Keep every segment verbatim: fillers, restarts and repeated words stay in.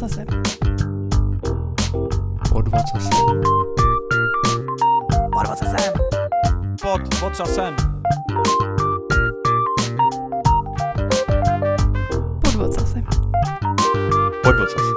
ocasem. Pod ocasem. Pod ocasem. Pod ocasem. Pod ocasem. Pod ocasem.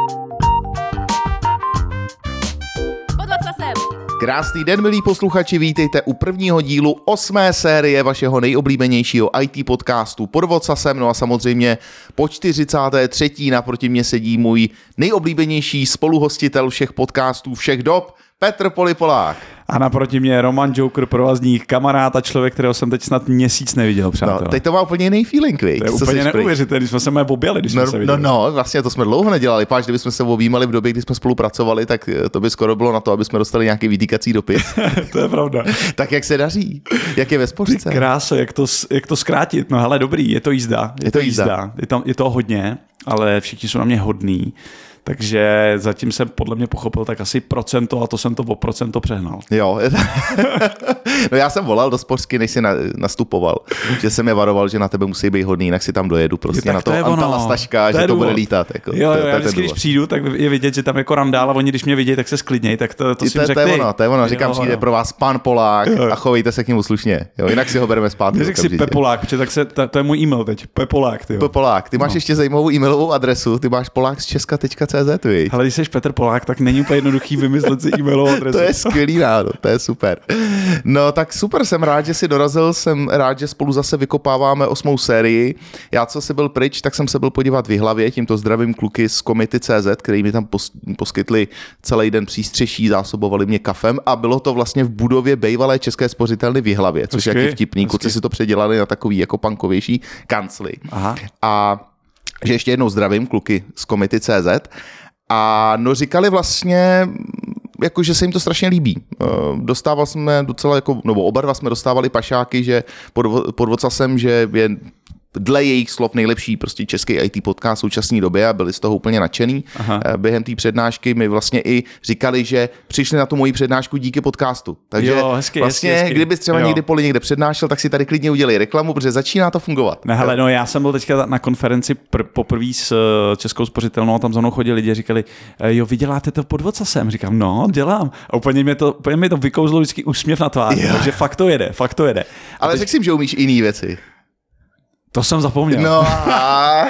Pod ocasem. Krásný den, milí posluchači, vítejte u prvního dílu osmé série vašeho nejoblíbenějšího í té podcastu Pod ocasem. No a samozřejmě po čtyřicáté třetí naproti mě sedí můj nejoblíbenější spoluhostitel všech podcastů všech dob, Petr Polipolák. A naproti mě Roman Joker, provazník, kamarád a člověk, kterého jsem teď snad měsíc neviděl, přátelé. No, teď to má úplně jiný feeling, víš? To je úplně neuvěřitelné, když jsme se mé objeli, když jsme no, se viděli. No, no, vlastně to jsme dlouho nedělali, páč, kdybychom se objímali v době, kdy jsme spolupracovali, tak to by skoro bylo na to, aby jsme dostali nějaký vytýkací dopis. To je pravda. Tak jak se daří? Jak je ve spořce? Krása, jak to, jak to zkrátit? No hele, dobrý, je to jízda. Je, je to jízda. jízda. Je, tam, je to hodně, ale všichni jsou na mě hodný. Takže zatím jsem podle mě pochopil tak asi procento a to jsem to o procento přehnal. Jo. No já jsem volal do spořky, než jsi na, nastupoval, že jsem je varoval, že na tebe musí být hodný, jinak si tam dojedu prostě je, na to, to antalastaška, že to důvod. Bude lítat. Jako, jo, jo, to, já vždycky, když přijdu, tak je vidět, že tam jako randál a oni, když mě vidějí, tak se sklidnějí, tak to, to si řekl ty. To je ono, to je ono, říkám, jo, přijde jo. pro vás pan Polák jo. a chovejte se k němu slušně, jo, jinak si ho bereme zpátky. Neřek si Pepolák, protože tak se, to, to je můj e-mail teď, Pepolák. Ty Pepolák, ty máš no. ještě zajímavou e-mailovou adresu, ty máš polák z česka tečka cé zet, víš. Ale když jsi Petr Polák, tak není úplně jednoduchý vymyslet si e-mailovou adresu. To je skvělý náno, to je super. No tak super, jsem rád, že jsi dorazil, jsem rád, že spolu zase vykopáváme osmou sérii. Já, co jsi byl pryč, tak jsem se byl podívat v Jihlavě, tímto zdravím kluky z Komity tečka cé zet, který mi tam poskytli celý den přístřeší, zásobovali mě kafem a bylo to vlastně v budově bejvalé České spořitelny v Jihlavě, což je jaký vtipný, kluci si to předělali na takový jako punkovější kancli. Aha. A že ještě jednou zdravím kluky z Komity tečka cé zet. A no říkali vlastně, jako, že se jim to strašně líbí. Dostával jsme docela, jako, nebo oba dva jsme dostávali pašáky, že pod, pod ocasem, že je dle jejich slov nejlepší prostě český í té podcast v současné době a byli z toho úplně nadšený. Aha. Během té přednášky mi vlastně i říkali, že přišli na tu moji přednášku díky podcastu. Takže jo, hezky, vlastně, hezky, hezky. kdybys třeba jo. někdy Poli někde přednášel, tak si tady klidně udělej reklamu, protože začíná to fungovat. Ne, hele, no já jsem byl teďka na konferenci pr- poprvé s Českou spořitelnou a tam za mnou chodili lidi a říkali, jo, vy děláte to pod ocasem? Říkám, no, dělám. A úplně mi to, úplně mi to vykouzlo vždycky úsměv na tváři, takže fakt to jede, fakt to jede. Ale teď... řekl jsem, že umíš i jiný věci. To jsem zapomněl. No a...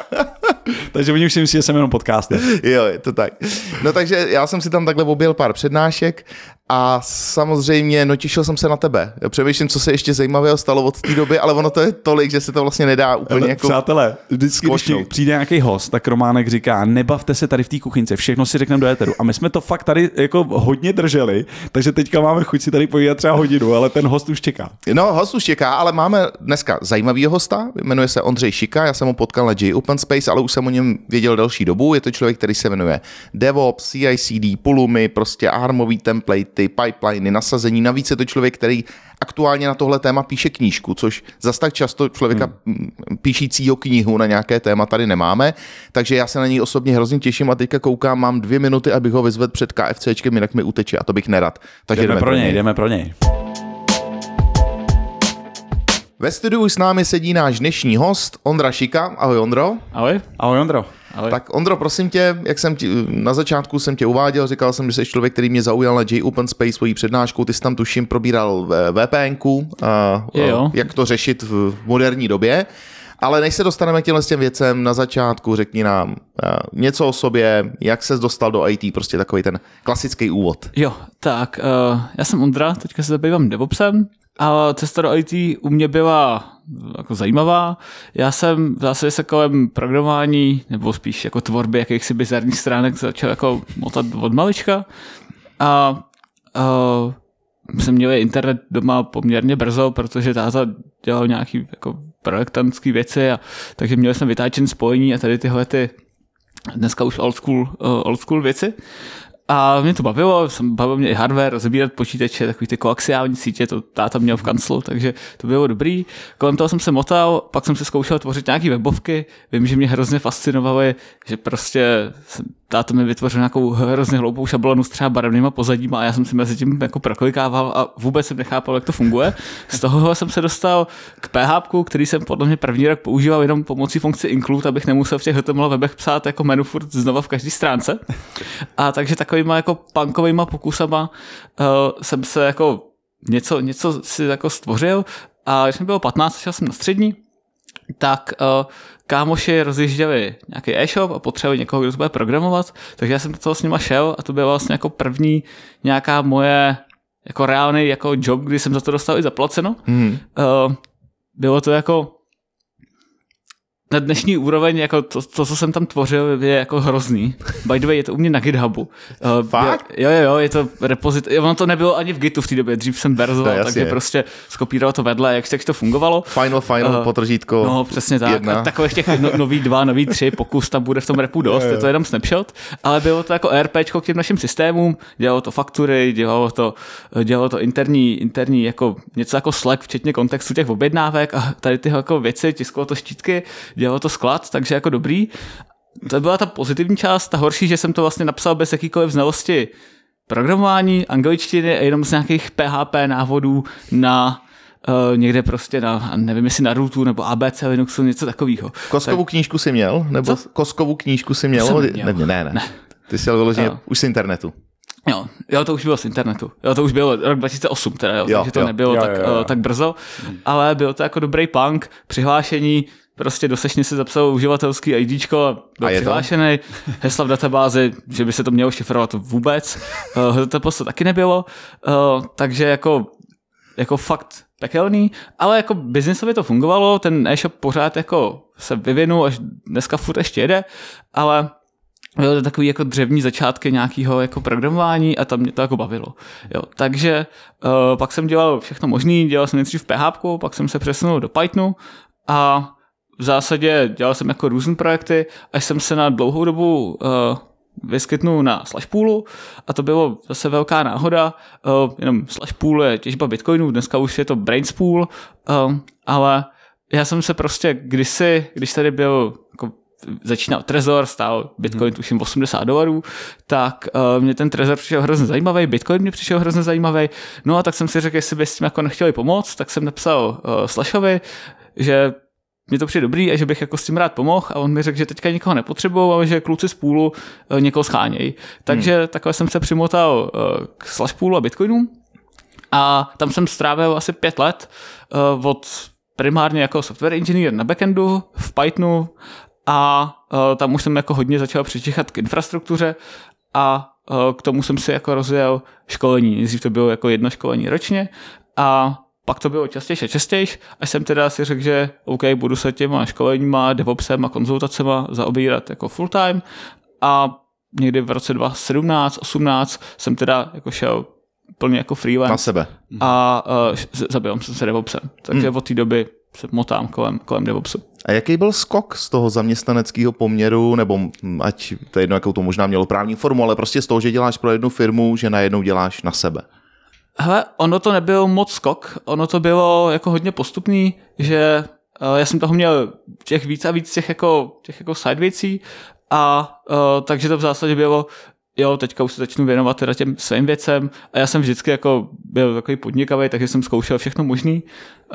Takže oni už si myslí, že jsem jenom podcaster. Jo, je to tak. No takže já jsem si tam takhle objel pár přednášek a samozřejmě, no těšil jsem se na tebe. Já přemýšlím, co se ještě zajímavého stalo od té doby, ale ono to je tolik, že se to vlastně nedá úplně ale, jako přátelé, vždycky, když přijde nějaký host, tak Románek říká, nebavte se tady v té kuchynce, všechno si řekneme do éteru. A my jsme to fakt tady jako hodně drželi, takže teďka máme chuť si tady povídat třeba hodinu, ale ten host už čeká. No, host už čeká, ale máme dneska zajímavýho hosta, jmenuje se Ondřej Šika, já jsem ho potkal na J Open Space, ale už jsem o něm věděl delší dobu. Je to člověk, který se jmenuje DevOps, C I C D, Pulumy, prostě armový templatey, pipeliny, nasazení. Navíc je to člověk, který aktuálně na tohle téma píše knížku, což zas tak často člověka hmm. píšícího knihu na nějaké téma tady nemáme, takže já se na něj osobně hrozně těším a teďka koukám, mám dvě minuty, abych ho vyzvedl před KFCčkem, jinak mi uteče a to bych nerad. Takže jdeme, jdeme pro něj, jdeme pro něj. Ve studiu s námi sedí náš dnešní host Ondra Šika. Ahoj Ondro. Ahoj. Ahoj Ondro. Ahoj. Tak Ondro, prosím tě, jak jsem ti, na začátku jsem tě uváděl, říkal jsem, že jsi člověk, který mě zaujal na J Open Space svojí přednáškou, ty jsi tam tuším probíral VPNku, a, je, a jak to řešit v moderní době. Ale než se dostaneme k těmhle těm věcem, na začátku řekni nám něco o sobě, jak ses dostal do í té, prostě takový ten klasický úvod. Jo, tak uh, já jsem Ondra, teďka se zabývám DevOpsem. A cesta do í té u mě byla jako zajímavá. Já jsem v zásadě se kolem programování, nebo spíš jako tvorby jakýchsi bizarních stránek začal jako motat od malička. A uh, jsem měl internet doma poměrně brzo, protože táta dělal nějaký jako projektantský věci, a takže měl jsem vytáčen spojení a tady tyhle ty dneska už old school, uh, old school věci. A mě to bavilo, bavilo mě i hardware, rozebírat počítače, takový ty koaxiální sítě, to táta měl v kanclu, takže to bylo dobrý. Kolem toho jsem se motal, pak jsem se zkoušel tvořit nějaký webovky, vím, že mě hrozně fascinovaly, že prostě táta mi vytvořil nějakou hrozně hloupou šablonu s třeba barevnýma pozadíma a já jsem si mezi tím jako proklikával a vůbec jsem nechápal, jak to funguje. Z toho jsem se dostal k P H P, který jsem podle mě první rok používal jenom pomocí funkci include, abych nemusel v těch H T M L webech psát jako menu furt znova v každé stránce. A takže takovýma jako punkovýma pokusama uh, jsem se jako něco, něco si jako stvořil a když mi bylo patnáct, šel jsem na střední, tak uh, kámoši rozjížděli nějaký e-shop a potřebovali někoho, kdo to bude programovat, takže já jsem do toho s nima šel a to byla vlastně jako první nějaká moje jako reálný jako job, kdy jsem za to dostal i zaplaceno. Mm. Uh, bylo to jako na dnešní úroveň, jako to, to, co jsem tam tvořil, je jako hrozný. By the way, je to u mě na GitHubu. Uh, Fakt? Jo, jo, jo, je to repozit. Ono to nebylo ani v Gitu v té době, dřív jsem verzoval, no, takže prostě skopíroval to vedle, jak, jak to fungovalo. Final, final, uh, potržítko. No, přesně tak. Jedna. A takových těch no, nový dva, nový tři, pokus tam bude v tom repu dost, je to jenom snapshot, ale bylo to jako ERPčko k těm našim systémům, dělalo to faktury, dělalo to, dělalo to interní, interní jako něco jako Slack, včetně kontextu těch objednávek a tady ty jako věci, tisklo to štítky, dělalo to sklad, takže jako dobrý. To byla ta pozitivní část, ta horší, že jsem to vlastně napsal bez jakýkoliv znalosti programování, angličtiny a jenom z nějakých P H P návodů na uh, někde prostě na, nevím jestli na rootu nebo A B C Linuxu, něco takového. Koskovou tak... knížku si měl? Nebo Co? Koskovou knížku si měl? měl. Ne, ne, ne, ne. Ty jsi vyloženě už z internetu. Jo, jo, to už bylo z internetu. Jo, to už bylo rok dva tisíce osm, teda, jo, jo, takže to jo. nebylo jo, tak, jo, jo. Uh, tak brzo, hmm. ale byl to jako dobrý punk, přihlášení, prostě do sešny si zapsal uživatelský IDčko a byl a přihlášený, hesla v databázi, že by se to mělo šifrovat vůbec, uh, H T T P to taky nebylo, uh, takže jako, jako fakt pekelný, ale jako biznisově to fungovalo, ten e-shop pořád jako se vyvinul, až dneska furt ještě jede, ale bylo to takový jako dřevní začátky nějakého jako programování a tam mě to jako bavilo. Jo, takže uh, pak jsem dělal všechno možný, dělal jsem nejdřív v P H P, pak jsem se přesunul do Pythonu a v zásadě dělal jsem jako různé projekty, až jsem se na dlouhou dobu uh, vyskytnul na Slashpoolu a to bylo zase velká náhoda, uh, jenom Slashpool je těžba bitcoinů, dneska už je to Brainspool, uh, ale já jsem se prostě kdysi, když tady byl jako začínal Trezor, stál Bitcoin hmm. tuším osmdesát dolarů, tak uh, mě ten Trezor přišel hrozně zajímavý, Bitcoin mě přišel hrozně zajímavý, no a tak jsem si řekl, jestli by s tím jako nechtěli pomoct, tak jsem napsal uh, Slashovi, že mě to přijde dobrý a že bych jako s tím rád pomohl a on mi řekl, že teďka nikoho nepotřebuju, ale že kluci z půlu uh, někoho schánějí. Takže hmm. takhle jsem se přimotal uh, k Slashpoolu a Bitcoinu a tam jsem strávil asi pět let uh, od primárně jako software engineer na backendu v Pythonu a uh, tam už jsem jako hodně začal přičichat k infrastruktuře a uh, k tomu jsem si jako rozjel školení. Nejdřív to bylo jako jedno školení ročně a pak to bylo častěji a častěji, až jsem teda si řekl, že OK, budu se těma školeníma, DevOpsem a konzultacema zaobírat jako full time a někdy v roce dva tisíce sedmnáct osmnáct jsem teda jako šel plně jako freelance. Na sebe. A uh, zabývám jsem se DevOpsem. Takže hmm. od té doby se motám kolem, kolem DevOpsu. A jaký byl skok z toho zaměstnaneckého poměru, nebo ať to je jedno, jakou to možná mělo právní formu, ale prostě z toho, že děláš pro jednu firmu, že najednou děláš na sebe? Hele, ono to nebyl moc skok, ono to bylo jako hodně postupný, že uh, já jsem toho měl těch víc a víc těch jako, těch jako side věcí a uh, takže to v zásadě bylo, jo, teďka už se začnu věnovat teda těm svým věcem a já jsem vždycky jako byl takový podnikavý, takže jsem zkoušel všechno možný uh,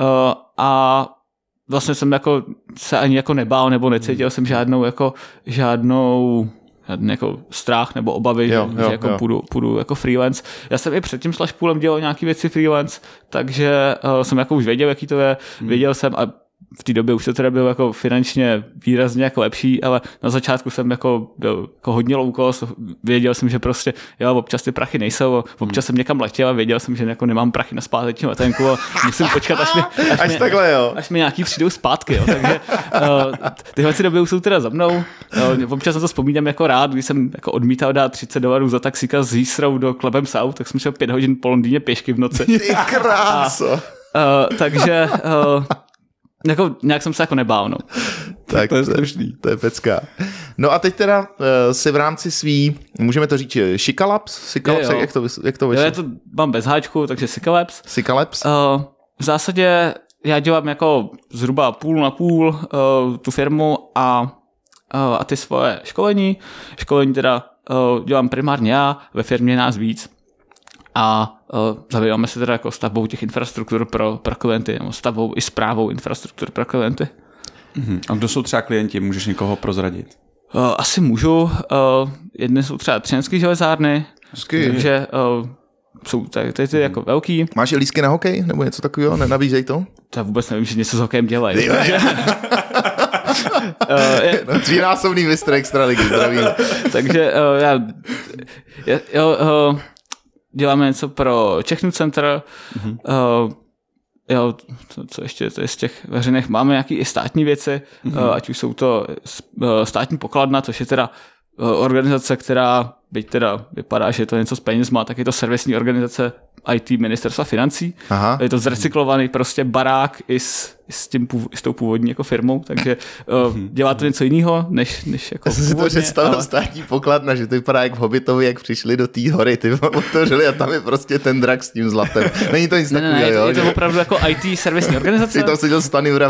a vlastně jsem jako se ani jako nebál nebo necítil jsem žádnou jako žádnou žádný jako strach nebo obavy, jo, že, jo, že jako jo. Půjdu, půjdu jako freelance. Já jsem i před tím Slashpoolem dělal nějaký věci freelance, takže uh, jsem jako už věděl, jaký to je, hmm. věděl jsem a v té době už to teda bylo jako finančně výrazně jako lepší, ale na začátku jsem jako byl jako hodně low cost, věděl jsem, že prostě jo, občas ty prachy nejsou, občas jsem někam letěl a věděl jsem, že jako nemám prachy na zpáteční letenku a musím počkat, až mi, až až mi, takhle, jo. až mi nějaký přijdou zpátky, jo. Takže uh, tyhle doby už jsou teda za mnou. Uh, občas na to vzpomínám jako rád, když jsem jako odmítal dát třicet dolarů za taxíka z Heathrow do Clapham South, tak jsem šel pět hodin po Londýně pěšky v noci. Ty kráso. Uh, takže uh, jako, nějak jsem se jako nebál, no. Tak to je slušný. To je pecká. No a teď teda uh, si v rámci svý, můžeme to říct, Shikalabs? Shikalabs, jak to, jak to vyšlo? Já to mám bez háčku, takže Shikalabs. Shikalabs? Uh, v zásadě já dělám jako zhruba půl na půl uh, tu firmu a, uh, a ty svoje školení. Školení teda uh, dělám primárně já, ve firmě nás víc a uh, zabýváme se teda jako stavbou těch infrastruktur pro, pro klienty, nebo stavbou i správou infrastruktur pro klienty. Uh-huh. A kdo jsou třeba klienti? Můžeš někoho prozradit? Uh, asi můžu. Uh, jedny jsou třeba Třinecké železárny, Hezky. takže uh, jsou tady ty, ty jako velký. Máš i lístky na hokej nebo něco takového? Nenabízej to? To já vůbec nevím, že něco s hokejem dělají. uh, je, No, třínásobný mistr extraligy, zdravím. takže uh, já, já, já uh, děláme něco pro Czechnu Center. Mm-hmm. Uh, jo, co, co ještě to je z těch veřejných, máme nějaké i státní věci, mm-hmm. uh, ať už jsou to uh, státní pokladna, což je teda uh, organizace, která, byť teda vypadá, že je to něco s penězma, tak je to servisní organizace í té ministerstva financí. Aha. Je to zrecyklovaný prostě barák i s, i s, tím, i s tou původní jako firmou, takže uh, dělá to něco jiného, než, než jako Já jsem si to představil ale... státní pokladna, že to vypadá jak v Hobbitovi, jak přišli do té hory, ty otevřeli a tam je prostě ten drak s tím zlatem. Není to nic ne, takového, ne, jo? Je to, je to opravdu jako í té servisní organizace. Jsi tam seděl Stanjura.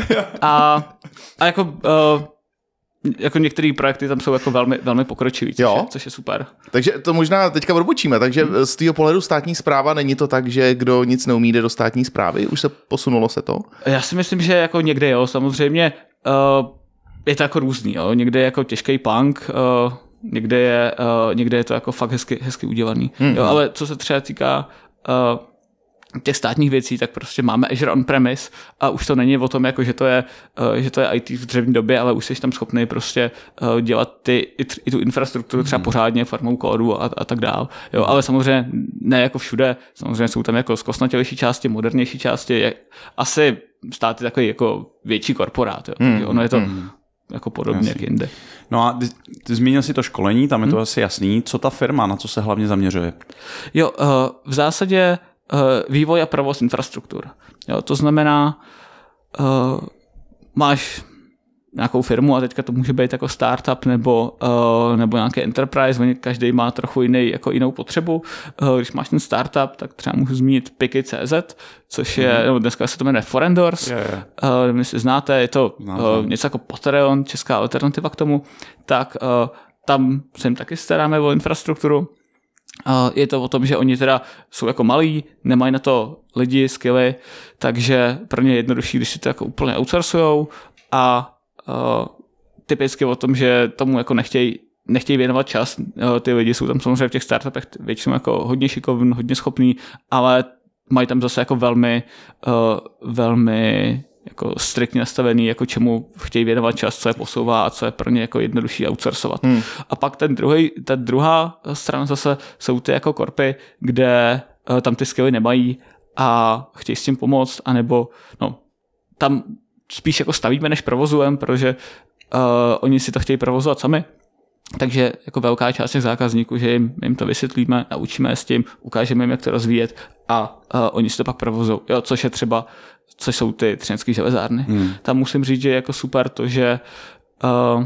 a, a jako... Uh, jako některé projekty tam jsou jako velmi, velmi pokročilý, což, je, což je super. Takže to možná teďka odbočíme, takže hmm. z tvého pohledu státní správa není to tak, že kdo nic neumí, jde do státní správy? Už se posunulo se to? Já si myslím, že jako někde jo, samozřejmě uh, je to jako různý, jo. Někde je jako těžký punk, uh, někde, je, uh, někde je to jako fakt hezky, hezky udělaný. Hmm. Jo, ale co se třeba týká uh, těch státních věcí, tak prostě máme Azure on-premise a už to není o tom, jako, že to je, uh, že to je í té v dřevní době, ale už jsi tam schopný prostě uh, dělat ty, i, t, i tu infrastrukturu třeba pořádně formou kódu a, a tak dál. Jo, ale samozřejmě ne jako všude, samozřejmě jsou tam jako zkostnatější části, modernější části, je, asi stát je takový jako větší korporát, jo, takže ono je to hmm. jako podobně jak jinde. No a ty, ty zmínil si to školení, tam je to hmm. asi jasný. Co ta firma, na co se hlavně zaměřuje? Jo, uh, v zásadě vývoj a provoz infrastruktur. Jo, to znamená, uh, máš nějakou firmu a teďka to může být jako startup nebo, uh, nebo nějaký enterprise, každý má trochu jiný, jako jinou potřebu. Uh, když máš ten startup, tak třeba můžu zmínit Piky tečka cé zet, což je, mm. nebo dneska se to jmenuje Forendors, yeah, yeah. Uh, nevím, jestli znáte, je to uh, něco jako Patreon, česká alternativa k tomu, tak uh, tam se jim taky staráme o infrastrukturu. Je to o tom, že oni teda jsou jako malí, nemají na to lidi, skilly, takže pro ně je jednodušší, když si to jako úplně outsourcujou a uh, typicky o tom, že tomu jako nechtějí nechtějí věnovat čas. Ty lidi jsou tam samozřejmě v těch startupech většinou jako hodně šikovní, hodně schopní, ale mají tam zase jako velmi, uh, velmi jako striktně nastavený, jako čemu chtějí věnovat čas, co je posouvá a co je pro ně jako jednodušší outsourcovat. Hmm. A pak ten druhý, ta druhá strana zase jsou ty jako korpy, kde uh, tam ty skilly nemají a chtějí s tím pomoct, anebo no, tam spíš jako stavíme, než provozujeme, protože uh, oni si to chtějí provozovat sami. Takže jako velká část těch zákazníků, že jim, jim to vysvětlíme, naučíme s tím, ukážeme jim, jak to rozvíjet a uh, oni si to pak provozují. Jo, což je třeba, což jsou ty třinecké železárny. Hmm. Tam musím říct, že je jako super to, že uh,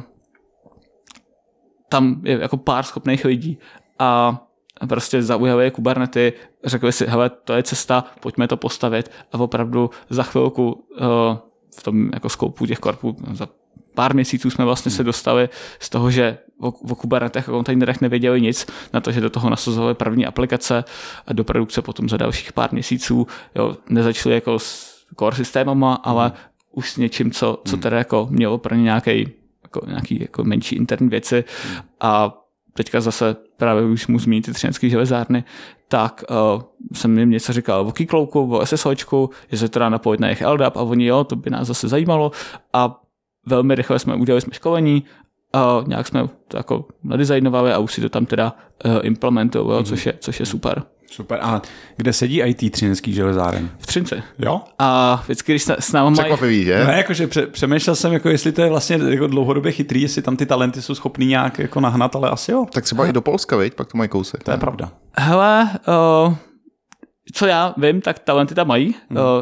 tam je jako pár schopných lidí a prostě zaujali je Kubernety, řekli si, hele, to je cesta, pojďme to postavit a opravdu za chvilku uh, v tom jako skoupu těch korpů za pár měsíců jsme vlastně se dostali z toho, že o, o Kubernetech a kontejnerech nevěděli nic, na to, že do toho nasazovali první aplikace a do produkce potom za dalších pár měsíců. Jo, nezačali jako s core systémama, ale mm. už s něčím, co, co teda jako mělo pro ně nějaký, jako, nějaký jako menší interní věci. Mm. A teďka zase právě už mu zmínit ty třinecké železárny, tak uh, jsem jim něco říkal o Keycloudu, o SSOčku, že se to dá napojit na jejich L D A P a oni jo, to by nás zase zajímalo a velmi rychle jsme udělali jsme školení a nějak jsme to jako nadizajnovali a už si to tam teda uh, implementovali, mm. což, je, což je super. Super. A kde sedí í té třineckých železáren? V Třinci. Jo? A vždycky, když s námi mají... Překvapivý, že? Ne, jakože pře- přemýšlel jsem, jako jestli to je vlastně jako dlouhodobě chytrý, jestli tam ty talenty jsou schopný nějak jako nahnat, ale asi jo. Tak třeba i do Polska, viď? Pak to mají kousek. To je pravda. Hele, uh, co já vím, tak talenty tam mají. Hmm. Uh,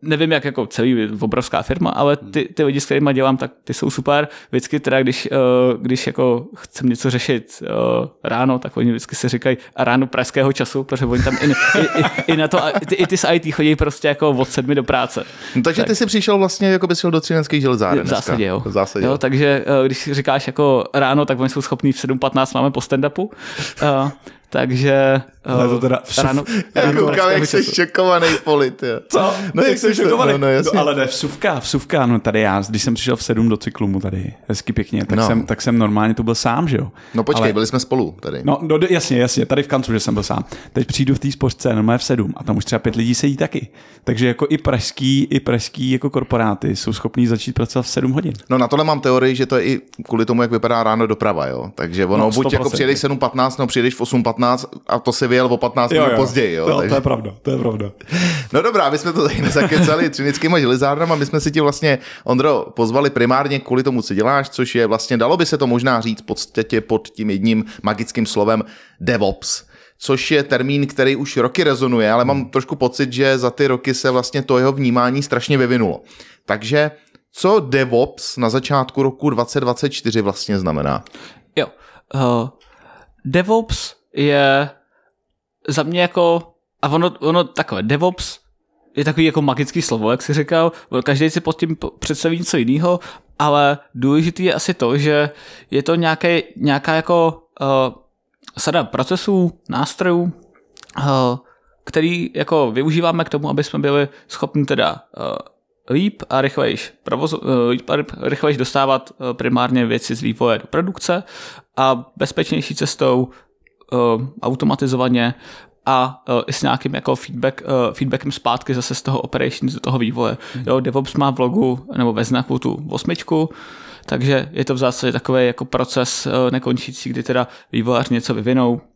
nevím, jak jako celý obrovská firma, ale ty, ty lidi, s kterými dělám, tak ty jsou super. Vždycky teda, když, když jako chcem něco řešit ráno, tak oni vždycky si říkají a ráno pražského času, protože oni tam i, i, i, i na to, i, i ty z í té chodí prostě jako od sedmi do práce. No, takže tak. ty jsi přišel vlastně, jako bys šel do Třineckých železáren V zásadě jo. V zásadě. jo. Takže když říkáš jako ráno, tak oni jsou schopní v sedm patnáct máme po stand-upu. Uh, takže Ale to teda uh, ráno, Já ráno koukám, jak jsi času. šokovaný polit. Jo. Co? No, jak jsem jsi šokovaný. No, no, jasně. no, ale ne, vsuvka, vsuvka, no tady já, když jsem přišel v sedm do cyklumu tady, hezky pěkně, tak, no. jsem, tak jsem normálně tu byl sám, že jo. No počkej, ale... byli jsme spolu tady. No, no jasně, jasně, tady v kanclu, že jsem byl sám. Teď přijdu v té spořce, normálně v sedm a tam už třeba pět lidí sedí taky. Takže jako i pražský, i pražský jako korporáty jsou schopní začít pracovat v sedm hodin. No na tohle mám teorii, že to je i kvůli tomu, jak vypadá ráno doprava, jo. Takže ono No, buď jako přijedeš sedm patnáct, no přijedeš v osm patnáct a to si vyjel o patnáct minut později, jo. No, takže... to je pravda, to je pravda. No dobrá, my jsme to tady nezakecali Třineckýma železárnama, my jsme si tě vlastně, Ondro, pozvali primárně kvůli tomu, co děláš, což je vlastně, dalo by se to možná říct v podstatě pod tím jedním magickým slovem DevOps, což je termín, který už roky rezonuje, ale mám trošku pocit, že za ty roky se vlastně to jeho vnímání strašně vyvinulo. Takže co DevOps na začátku roku dvacet dvacet čtyři vlastně znamená? Jo, uh, DevOps je za mě jako, a ono, ono takové, DevOps je takový jako magický slovo, jak jsi říkal, každý si pod tím představí něco jiného, ale důležitý je asi to, že je to nějaké, nějaká jako uh, sada procesů, nástrojů, uh, který jako využíváme k tomu, aby jsme byli schopni teda uh, líp a rychlejš, provozu, uh, líp a rychlejš dostávat uh, primárně věci z vývoje do produkce a bezpečnější cestou uh, automatizovaně a uh, i s nějakým jako feedback, uh, feedbackem zpátky zase z toho operation, z toho vývoje. Hmm. Jo, DevOps má v logu nebo ve znaku tu osmičku, takže je to v zásadě takový jako proces uh, nekončící, kdy teda vývojář něco vyvinou uh,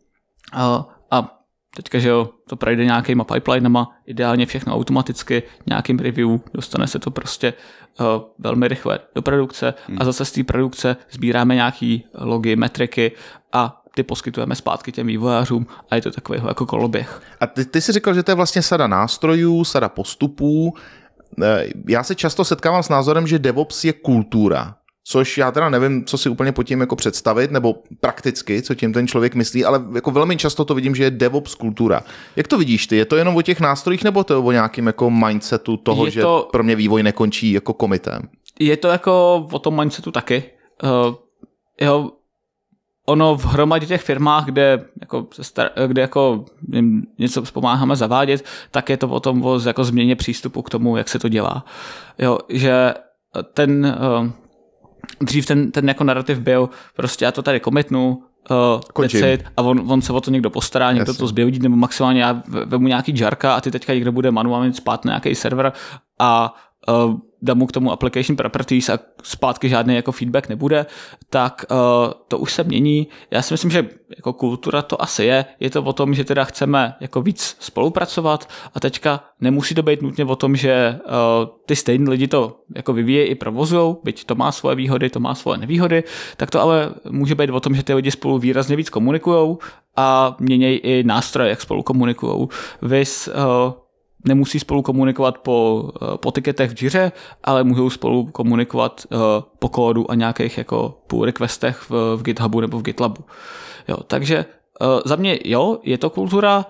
a teďka, že jo, to projde nějakýma pipelinama, ideálně všechno automaticky, nějakým review, dostane se to prostě uh, velmi rychle do produkce hmm. a zase z té produkce sbíráme nějaký logy, metriky a ty poskytujeme zpátky těm vývojářům a je to takový jako koloběh. A ty, ty jsi říkal, že to je vlastně sada nástrojů, sada postupů. Já se často setkávám s názorem, že DevOps je kultura, což já teda nevím, co si úplně pod tím jako představit, nebo prakticky, co tím ten člověk myslí, ale jako velmi často to vidím, že je DevOps kultura. Jak to vidíš ty? Je to jenom o těch nástrojích, nebo to je o nějakým jako mindsetu toho, je že to, pro mě vývoj nekončí jako komitem? Je to jako o tom mindsetu taky. Uh, jo, ono v hromadě těch firmách, kde jako, kde jako něco pomáháme zavádět, tak je to o tom o jako změně přístupu k tomu, jak se to dělá. Jo, že ten uh, dřív ten, ten jako narrativ byl, prostě já to tady komitnu, uh, decid, a on, on se o to někdo postará, někdo Jasně. to zběhodí, nebo maximálně já vemu nějaký jarka a ty teďka někdo bude manuálně spát na nějaký server a uh, dám mu k tomu application properties a zpátky žádný jako feedback nebude, tak uh, to už se mění. Já si myslím, že jako kultura to asi je. Je to o tom, že teda chceme jako víc spolupracovat a teďka nemusí to být nutně o tom, že uh, ty stejný lidi to jako vyvíjejí i provozujou, byť to má svoje výhody, to má svoje nevýhody, tak to ale může být o tom, že ty lidi spolu výrazně víc komunikujou a měnějí i nástroje, jak spolu komunikujou. Vys uh, nemusí spolu komunikovat po, po tiketech v Jiře, ale můžou spolu komunikovat uh, po kódu a nějakých jako pull requestech v, v GitHubu nebo v GitLabu. Jo, takže uh, za mě jo, je to kultura,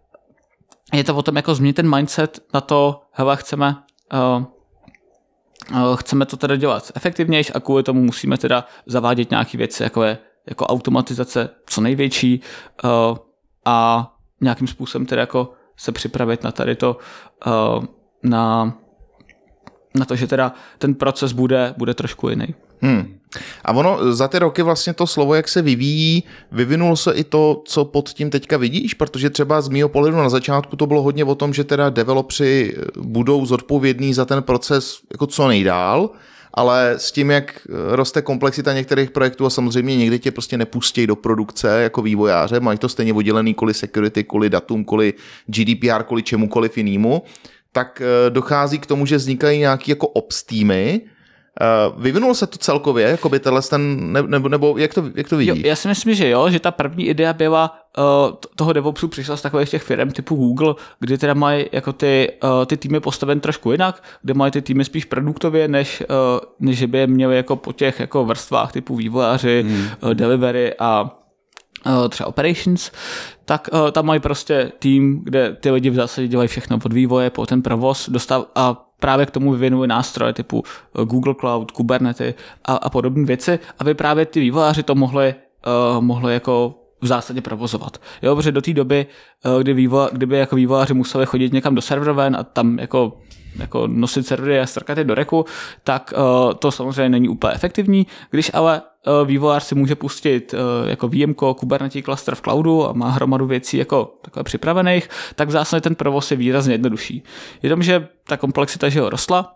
je to o tom jako změnit ten mindset na to, hele, chceme uh, uh, chceme to teda dělat efektivnější a kvůli tomu musíme teda zavádět nějaké věci, jako je jako automatizace co největší uh, a nějakým způsobem teda jako se připravit na tady to, uh, na, na to, že teda ten proces bude, bude trošku jiný. Hmm. A ono za ty roky vlastně to slovo, jak se vyvíjí, vyvinulo se i to, co pod tím teďka vidíš, protože třeba z mýho pohledu na začátku to bylo hodně o tom, že teda developři budou zodpovědní za ten proces jako co nejdál, ale s tím, jak roste komplexita některých projektů a samozřejmě někdy tě prostě nepustí do produkce jako vývojáře, mají to stejně oddělený kvůli security, kvůli datům, kvůli G D P R, kvůli čemukoliv jinému, tak dochází k tomu, že vznikají nějaký jako ops týmy, Uh, vyvinulo se to celkově, jako by tenhle ten, nebo, nebo jak, to, jak to vidíš? Jo, já si myslím, že jo, že ta první idea byla uh, toho DevOpsu přišla z takových těch firm typu Google, kdy teda mají jako ty, uh, ty týmy postaven trošku jinak, kde mají ty týmy spíš produktově, než, uh, než by je měli jako po těch jako vrstvách typu vývojáři, hmm. uh, delivery a uh, třeba operations, tak uh, tam mají prostě tým, kde ty lidi v zásadě dělají všechno od vývoje po ten provoz dostav a právě k tomu vyvinují nástroje typu Google Cloud, Kubernetes a, a podobné věci, aby právě ty vývojáři to mohli, uh, mohli jako v zásadě provozovat. Jo, protože do té doby, uh, kdy vývo, kdyby jako vývojáři museli chodit někam do serveroven a tam jako jako nosit servery a strkat je do reku, tak uh, to samozřejmě není úplně efektivní. Když ale uh, vývojář si může pustit uh, jako V M ko, Kubernetes cluster v cloudu a má hromadu věcí jako takové připravených, tak v zásadě ten provoz je výrazně jednodušší. Jenomže ta komplexita že ho rostla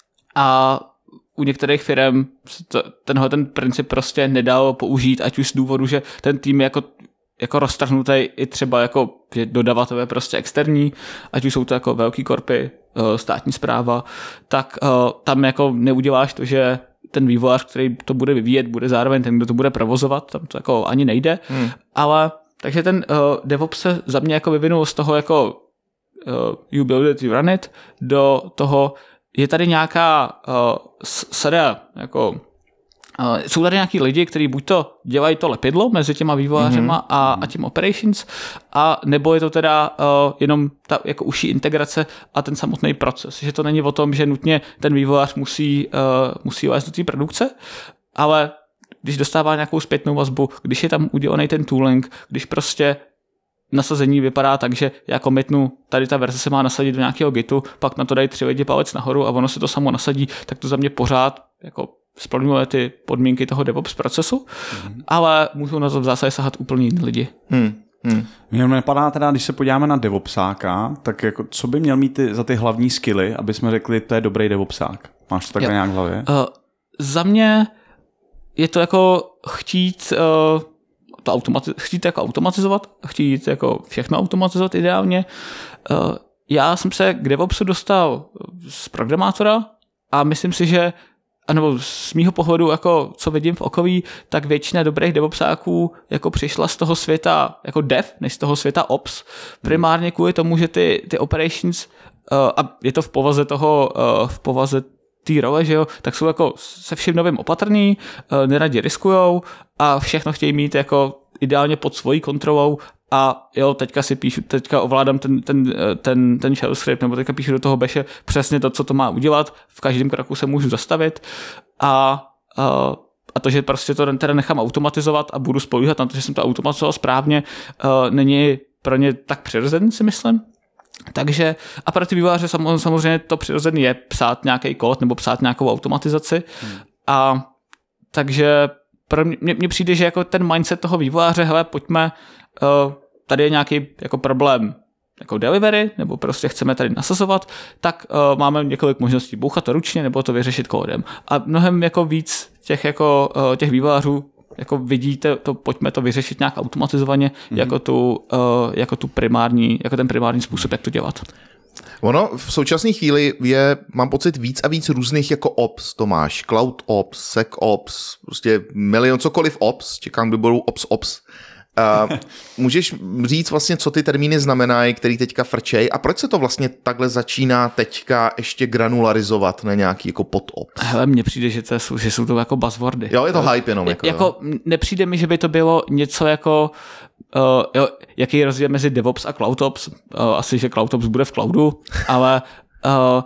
a u některých firm tenhle ten princip prostě nedal použít, ať už z důvodu, že ten tým je jako jako roztrhnutý i třeba jako dodavatelé prostě externí, ať už jsou to jako velký korpy, státní správa, tak tam jako neuděláš to, že ten vývojář, který to bude vyvíjet, bude zároveň ten, kdo to bude provozovat, tam to jako ani nejde, hmm. ale takže ten uh, DevOps se za mě jako vyvinul z toho jako uh, you build it, you run it, do toho je tady nějaká uh, sada jako Uh, jsou tady nějaký lidi, kteří buď to dělají to lepidlo mezi těma vývojářema mm-hmm. a, a tím operations, a nebo je to teda uh, jenom ta jako užší integrace a ten samotný proces. Že to není o tom, že nutně ten vývojář musí, uh, musí vést do té produkce, ale když dostává nějakou zpětnou vazbu, když je tam udělaný ten tooling, když prostě nasazení vypadá tak, že já commitnu, tady ta verze se má nasadit do nějakého gitu, pak na to dají tři lidi palec nahoru a ono se to samo nasadí, tak to za mě pořád jako splňuje ty podmínky toho DevOps procesu, mm. ale můžou na to v zásadě sahat úplně jiní lidi. Hmm. Hmm. Mně napadá teda, když se podíváme na DevOpsáka, tak jako, co by měl mít ty, za ty hlavní skilly, aby jsme řekli, to je dobrý DevOpsák? Máš to takhle jo. nějak v hlavě? Uh, za mě je to jako chtít uh, to automati- chtít jako automatizovat, chtít jako všechno automatizovat ideálně. Uh, já jsem se k DevOpsu dostal z programátora a myslím si, že nebo z mýho pohledu, jako co vidím v okolí, tak většina dobrých DevOpsáků jako přišla z toho světa jako dev, než z toho světa ops. Primárně kvůli tomu, že ty, ty operations, uh, a je to v povaze toho, uh, v povaze té role, že jo, tak jsou jako se vším novým opatrný, uh, neradi riskujou a všechno chtějí mít jako ideálně pod svojí kontrolou. A jo, teďka si píšu, teďka ovládám ten, ten, ten, ten shell script, nebo teďka píšu do toho bashe přesně to, co to má udělat, v každém kroku se můžu zastavit a, a, a to, že prostě to teda nechám automatizovat a budu spolíhat na to, že jsem to automatizoval správně, není pro ně tak přirozený, si myslím. Takže a pro ty vývojáře samozřejmě to přirozený je psát nějaký kód nebo psát nějakou automatizaci hmm. a takže pro mě, mně přijde, že jako ten mindset toho vývojáře, hele, pojďme, uh, tady je nějaký jako problém jako delivery, nebo prostě chceme tady nasazovat, tak uh, máme několik možností, bouchat to ručně, nebo to vyřešit kódem. A mnohem jako víc těch, jako, uh, těch vývojářů jako vidíte, to, pojďme to vyřešit nějak automatizovaně, mm-hmm. jako, tu, uh, jako, tu primární, jako ten primární způsob, jak to dělat. Ono v současné chvíli je, mám pocit, víc a víc různých jako ops, to máš Cloud Ops, Sec Ops, prostě milion, cokoliv Ops, čekám, kdy budou Ops Ops. Uh, můžeš říct vlastně, co ty termíny znamenají, který teďka frčej a proč se to vlastně takhle začíná teďka ještě granularizovat na nějaký jako pod-ops? Hele, mně přijde, že, to jsou, že jsou to jako buzzwordy. Jo, je to hype jenom. Jako, jako nepřijde mi, že by to bylo něco jako Uh, jo, jaký je rozdíl mezi DevOps a CloudOps? Uh, asi, že CloudOps bude v cloudu, ale uh,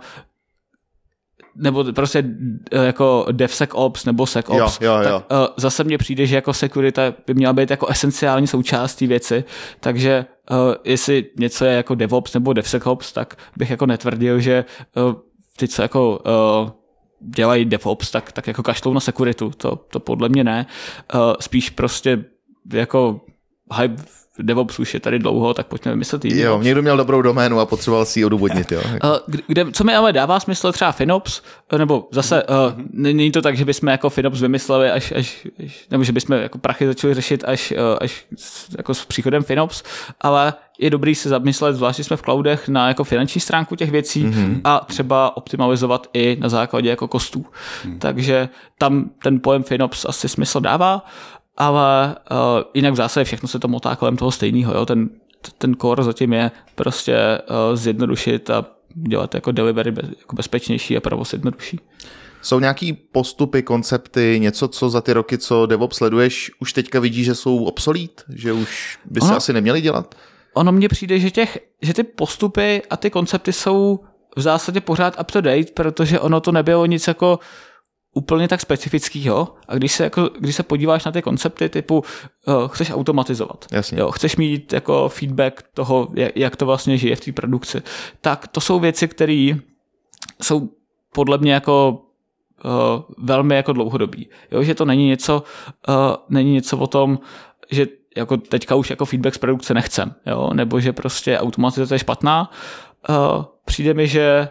nebo prostě uh, jako DevSecOps nebo SecOps, jo, jo, tak jo. Uh, zase mně přijde, že jako security by měla být jako esenciální součástí věci, takže uh, jestli něco je jako DevOps nebo DevSecOps, tak bych jako netvrdil, že uh, ty, co jako uh, dělají DevOps, tak, tak jako kašlou na securitu, to, to podle mě ne. Uh, spíš prostě jako hype DevOps už je tady dlouho, tak pojďme vymyslet jiný. Jo, někdo měl dobrou doménu a potřeboval si ji odůvodnit, jo. Kde, co mi ale dává smysl třeba FinOps, nebo zase uh, není to tak, že bychom jako FinOps vymysleli až, až, až nebo že bychom jako prachy začali řešit až, až jako s příchodem FinOps, ale je dobrý se zamyslet, zvlášť jsme v cloudech, na jako finanční stránku těch věcí mm-hmm. a třeba optimalizovat i na základě jako kostů. Mm. Takže tam ten pojem FinOps asi smysl dává, ale uh, jinak v zásadě všechno se to motá kolem toho stejného. Jo? Ten, ten core zatím je prostě uh, zjednodušit a dělat jako delivery bez, jako bezpečnější a provoz jednodušší. Jsou nějaký postupy, koncepty, něco, co za ty roky, co DevOps sleduješ, už teďka vidíš, že jsou obsolít? Že už by se asi neměli dělat? Ono mně přijde, že, těch, že ty postupy a ty koncepty jsou v zásadě pořád up to date, protože ono to nebylo nic jako úplně tak specifického. A když se, jako, když se podíváš na ty koncepty typu uh, chceš automatizovat, jo, chceš mít jako feedback toho, jak, jak to vlastně žije v té produkci, tak to jsou věci, které jsou podle mě jako uh, velmi jako dlouhodobý. Jo, že to není něco, uh, není něco o tom, že jako teďka už jako feedback z produkce nechcem, jo, nebo že prostě automatizace je špatná. Uh, přijde mi, že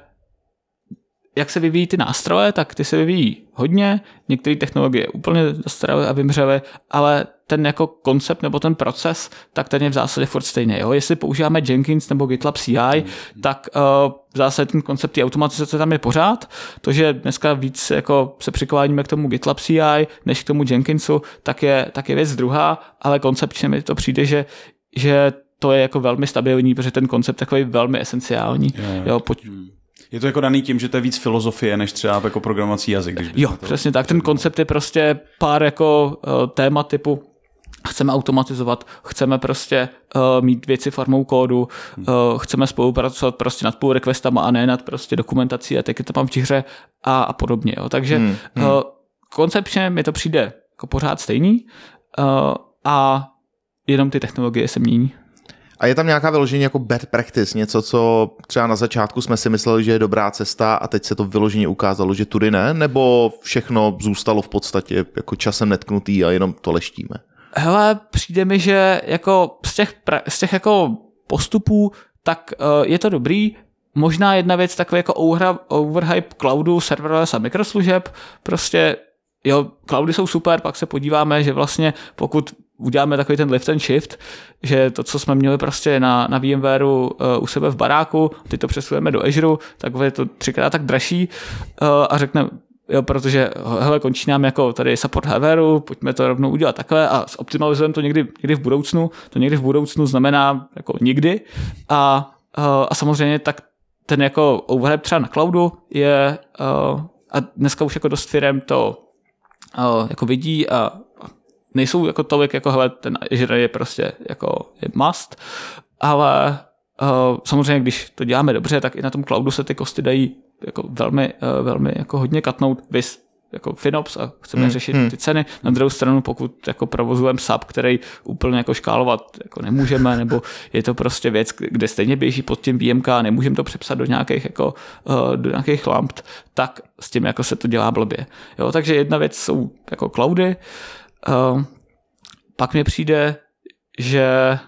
jak se vyvíjí ty nástroje, tak ty se vyvíjí hodně, některé technologie úplně zastaralé a vymřely, ale ten jako koncept nebo ten proces, tak ten je v zásadě furt stejný. Jo? Jestli používáme Jenkins nebo GitLab C I, mm. tak uh, v zásadě ten koncept té automatizace tam je pořád. To, že dneska víc jako se přikláníme k tomu GitLab C I než k tomu Jenkinsu, tak je, tak je věc druhá, ale koncepčně mi to přijde, že, že to je jako velmi stabilní, protože ten koncept takový velmi esenciální. Yeah. Jo, pojď, je to jako daný tím, že to je víc filozofie, než třeba jako programovací jazyk. Když jo, to přesně tak. Ten koncept je prostě pár jako uh, témat typu chceme automatizovat, chceme prostě uh, mít věci formou kódu, uh, chceme spolupracovat prostě nad pull requestama a ne nad prostě dokumentací a etiketama v hře a, a podobně. Jo. Takže hmm, hmm. Uh, koncepčně mi to přijde jako pořád stejný uh, a jenom ty technologie se mění. A je tam nějaká vyložení jako bad practice, něco, co třeba na začátku jsme si mysleli, že je dobrá cesta a teď se to vyloženě ukázalo, že tudy ne, nebo všechno zůstalo v podstatě jako časem netknutý a jenom to leštíme? Hele, přijde mi, že jako z těch, z těch jako postupů, tak uh, je to dobrý. Možná jedna věc, takový jako overhype cloudu, serverless a mikroslužeb, prostě jo, cloudy jsou super, pak se podíváme, že vlastně pokud uděláme takový ten lift and shift, že to, co jsme měli prostě na, na VMwareu uh, u sebe v baráku, teď to přesujeme do Azure, tak je to třikrát tak dražší uh, a řekneme, jo, protože hele, končí nám jako tady support hardwareu, pojďme to rovnou udělat takhle a optimalizujeme to někdy, někdy v budoucnu, to někdy v budoucnu znamená jako nikdy a, uh, a samozřejmě tak ten jako overhead třeba na cloudu je uh, a dneska už jako dost firem to uh, jako vidí a nejsou jako tolik, jako hele, ten Azure je prostě jako je must, ale uh, samozřejmě, když to děláme dobře, tak i na tom cloudu se ty kosty dají jako velmi, uh, velmi jako hodně katnout, vys jako FinOps a chceme hmm, řešit hmm. ty ceny. Na druhou stranu, pokud jako provozujeme S A P, který úplně jako škálovat jako nemůžeme, nebo je to prostě věc, kde stejně běží pod tím V M K, nemůžeme to přepsat do nějakých jako uh, do nějakých lamp, tak s tím jako se to dělá blbě. Jo, takže jedna věc jsou jako cloudy. Uh, pak mi přijde, že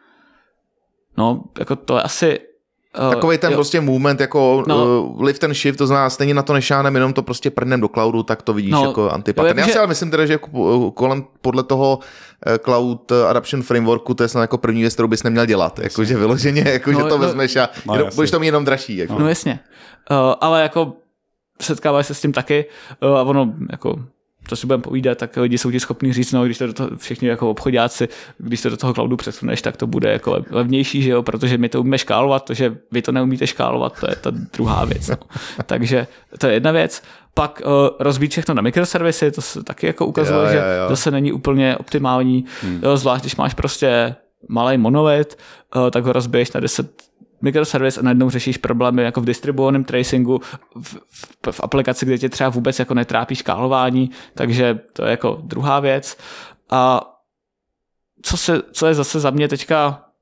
no, jako to je asi uh, takový ten jo. prostě movement jako no. uh, lift and shift, to znamená stejně na to nešáhneme, jenom to prostě prdnem do cloudu, tak to vidíš no, jako antipattern. Já si ale myslím teda, že jako kolem podle toho Cloud Adaption Frameworku, to je snad jako první věc, kterou bys neměl dělat, jakože vyloženě, jako, no, že to no, vezmeš a no, jenom, budeš to mít jenom dražší. Jako. No jasně, uh, ale jako setkávají se s tím taky uh, a ono jako to si budeme povídat, tak lidi jsou ti schopní říct, no, když to do toho, všichni jako obchodáci, když to do toho cloudu přesuneš, tak to bude jako levnější, že jo, protože my to umíme škálovat, to, že vy to neumíte škálovat, to je ta druhá věc. No. Takže to je jedna věc. Pak uh, rozbít všechno na mikroservisy, to se taky jako ukazuje, jo, jo, jo. že zase není úplně optimální, hmm. jo, zvlášť když máš prostě malý monolit, uh, tak ho rozbiješ na deset mikroservis a najednou řešíš problémy jako v distribuovaném tracingu, v, v, v aplikaci, kde tě třeba vůbec jako netrápí škálování, takže to je jako druhá věc. A co, se, co je zase za mě teďka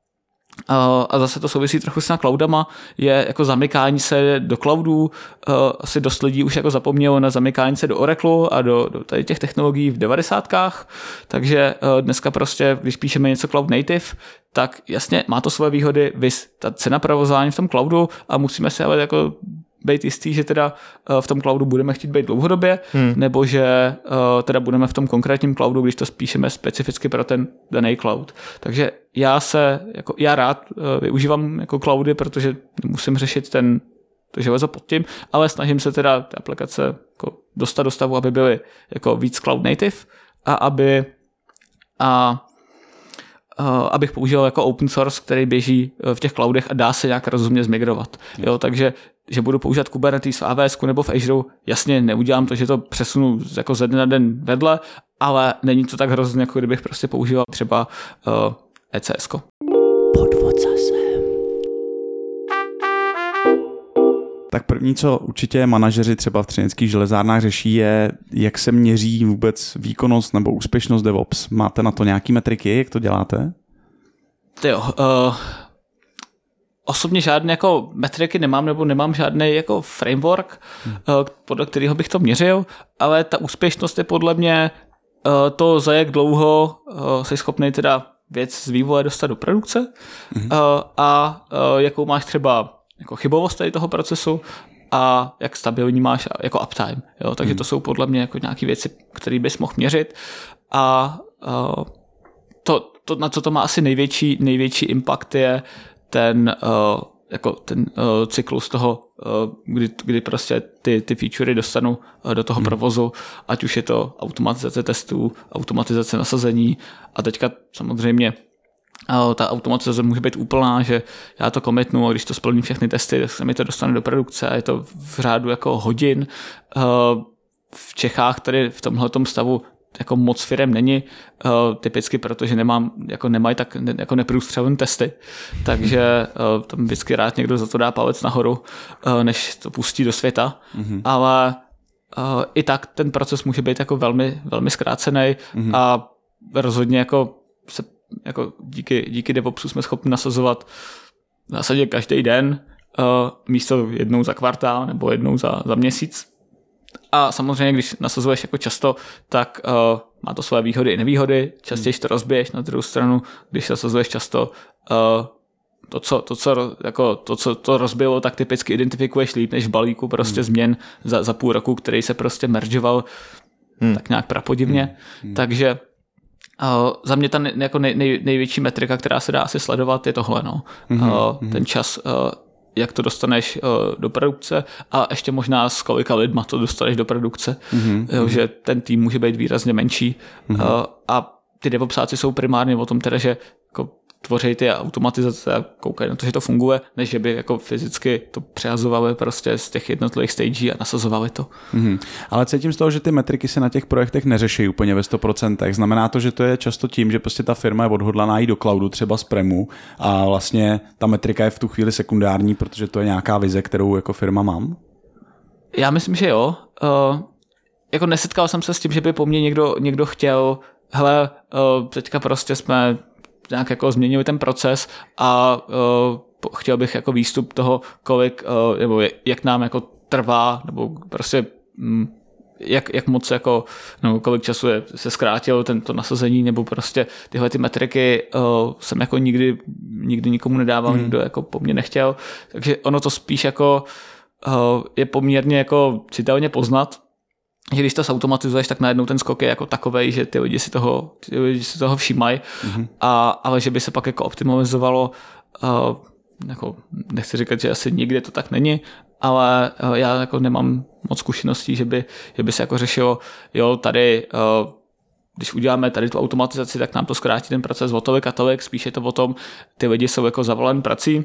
a zase to souvisí trochu s na cloudama, je jako zamykání se do cloudů. Asi dost lidí už jako zapomnělo na zamykání se do Oracle a do, do tady těch technologií v devadesátkách, takže dneska prostě, když píšeme něco cloud native, tak jasně má to svoje výhody, vys ta cena provozování v tom cloudu a musíme se ale jako být jistý, že teda v tom cloudu budeme chtít být dlouhodobě, hmm. nebo že teda budeme v tom konkrétním cloudu, když to spíšeme specificky pro ten daný cloud. Takže já se, jako já rád využívám jako cloudy, protože musím řešit ten to železo pod tím, ale snažím se teda ty aplikace jako dostat do stavu, aby byly jako víc cloud native a aby a Uh, abych používal jako open source, který běží v těch cloudech a dá se nějak rozumně zmigrovat. Jo, takže, že budu používat Kubernetes v A W S nebo v Azure, jasně neudělám to, že to přesunu jako ze dne na den vedle, ale není to tak hrozně, jako kdybych prostě používal třeba uh, E C S ko. Podvod zase. Tak první, co určitě manažeři třeba v třineckých železárnách řeší, je, jak se měří vůbec výkonnost nebo úspěšnost DevOps. Máte na to nějaký metriky, jak to děláte? Jo, uh, osobně žádné jako metriky nemám, nebo nemám žádný jako framework, hmm. uh, podle kterého bych to měřil, ale ta úspěšnost je podle mě uh, to, za jak dlouho uh, jsi schopný teda věc z vývoje dostat do produkce hmm. uh, a uh, jakou máš třeba jako chybovost tady toho procesu a jak stabilní máš jako uptime. Jo? Takže hmm. to jsou podle mě jako nějaké věci, které bys mohl měřit a uh, to, to, na co to má asi největší, největší impact je ten, uh, jako ten uh, cyklus toho, uh, kdy, kdy prostě ty, ty featurey dostanu uh, do toho hmm. provozu, ať už je to automatizace testů, automatizace nasazení a teďka samozřejmě ta automatizace může být úplná, že já to commitnu a když to splní všechny testy, tak se mi to dostane do produkce a je to v řádu jako hodin. V Čechách tady v tomhletom stavu jako moc firem není, typicky protože nemám, jako nemají tak jako neprůstřelné testy, takže tam vždycky rád někdo za to dá palec nahoru, než to pustí do světa, mm-hmm. ale i tak ten proces může být jako velmi, velmi zkrácený mm-hmm. a rozhodně jako se jako díky, díky DevOpsu jsme schopni nasazovat v zásadě každý den, uh, místo jednou za kvartál nebo jednou za, za měsíc. A samozřejmě, když nasazuješ jako často, tak uh, má to své výhody i nevýhody. Častěji to rozbiješ, na druhou stranu, když nasazuješ často, uh, to, co, to, co, jako, to, co to rozbilo, tak typicky identifikuješ líp než v balíku prostě hmm. změn za, za půl roku, který se prostě mergeoval hmm. tak nějak prapodivně. Hmm. Takže Uh, za mě ta nej, jako nej, nej, největší metrika, která se dá asi sledovat, je tohle. No. Mm-hmm. Uh, ten čas, uh, jak to dostaneš uh, do produkce a ještě možná s kolika lidma to dostaneš do produkce. Mm-hmm. Jo, že ten tým může být výrazně menší. Mm-hmm. Uh, a ty DevOpsáci jsou primárně o tom teda, že jako tvoří ty automatizace a koukají na to, že to funguje, než že by jako fyzicky to přehazovali prostě z těch jednotlivých stagí a nasazovali to. Mm-hmm. Ale cítím z toho, že ty metriky se na těch projektech neřeší úplně ve sto procent. Znamená to, že to je často tím, že prostě ta firma je odhodlaná jít do cloudu, třeba z Premu a vlastně ta metrika je v tu chvíli sekundární, protože to je nějaká vize, kterou jako firma mám? Já myslím, že jo. Uh, jako nesetkal jsem se s tím, že by po mně někdo, někdo chtěl hele, uh, teďka prostě jsme nějak jako změnili ten proces a uh, chtěl bych jako výstup toho, kolik, uh, nebo jak nám jako trvá, nebo prostě um, jak, jak moc jako, no, kolik času je, se zkrátilo tento nasazení, nebo prostě tyhle ty metriky uh, jsem jako nikdy, nikdy nikomu nedával, mm. nikdo jako po mně nechtěl, takže ono to spíš jako uh, je poměrně jako citelně poznat, že když to zautomatizuješ, tak najednou ten skok je jako takovej, že ty lidi si toho, ty lidi si toho všímají, mm-hmm. a, ale že by se pak jako optimalizovalo, uh, jako nechci říkat, že asi nikdy to tak není, ale uh, já jako nemám moc zkušeností, že by, že by se jako řešilo, jo, tady, uh, když uděláme tady tu automatizaci, tak nám to zkrátí ten proces o tolik a tolik, spíš je to o tom, ty lidi jsou jako zavoleni prací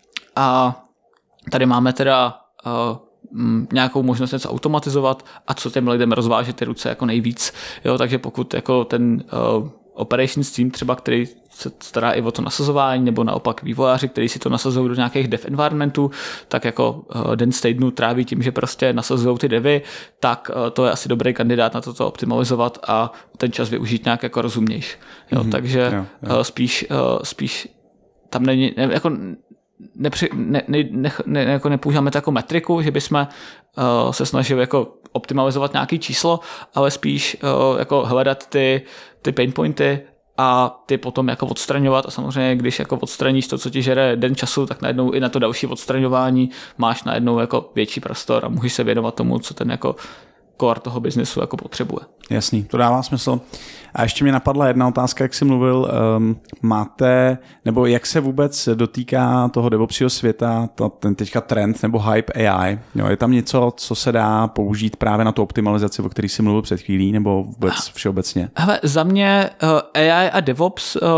a tady máme teda uh, nějakou možnost něco automatizovat a co těm lidem rozvážet ty ruce jako nejvíc. Jo, takže pokud jako ten uh, operations team třeba, který se stará i o to nasazování, nebo naopak vývojáři, kteří si to nasazují do nějakých dev environmentů, tak jako uh, den z týdnu tráví tím, že prostě nasazují ty devy, tak uh, to je asi dobrý kandidát na toto optimalizovat a ten čas využít nějak jako rozumnějš. Jo, mm-hmm. Takže jo, jo. Uh, spíš, uh, spíš tam není, ne, jako nepři, ne, ne, ne, ne, jako nepoužíváme to jako metriku, že bychom uh, se snažili jako optimalizovat nějaké číslo, ale spíš uh, jako hledat ty, ty pain pointy a ty potom jako odstraňovat a samozřejmě, když jako odstraníš to, co ti žere den času, tak najednou i na to další odstraňování máš najednou jako větší prostor a můžeš se věnovat tomu, co ten jako core toho biznesu jako potřebuje. Jasný, to dává smysl. A ještě mě napadla jedna otázka, jak jsi mluvil, um, máte, nebo jak se vůbec dotýká toho DevOpsího světa to, ten teďka trend nebo hype A I? Jo, je tam něco, co se dá použít právě na tu optimalizaci, o který jsi mluvil před chvílí, nebo vůbec všeobecně? Hele, za mě uh, A I a DevOps uh,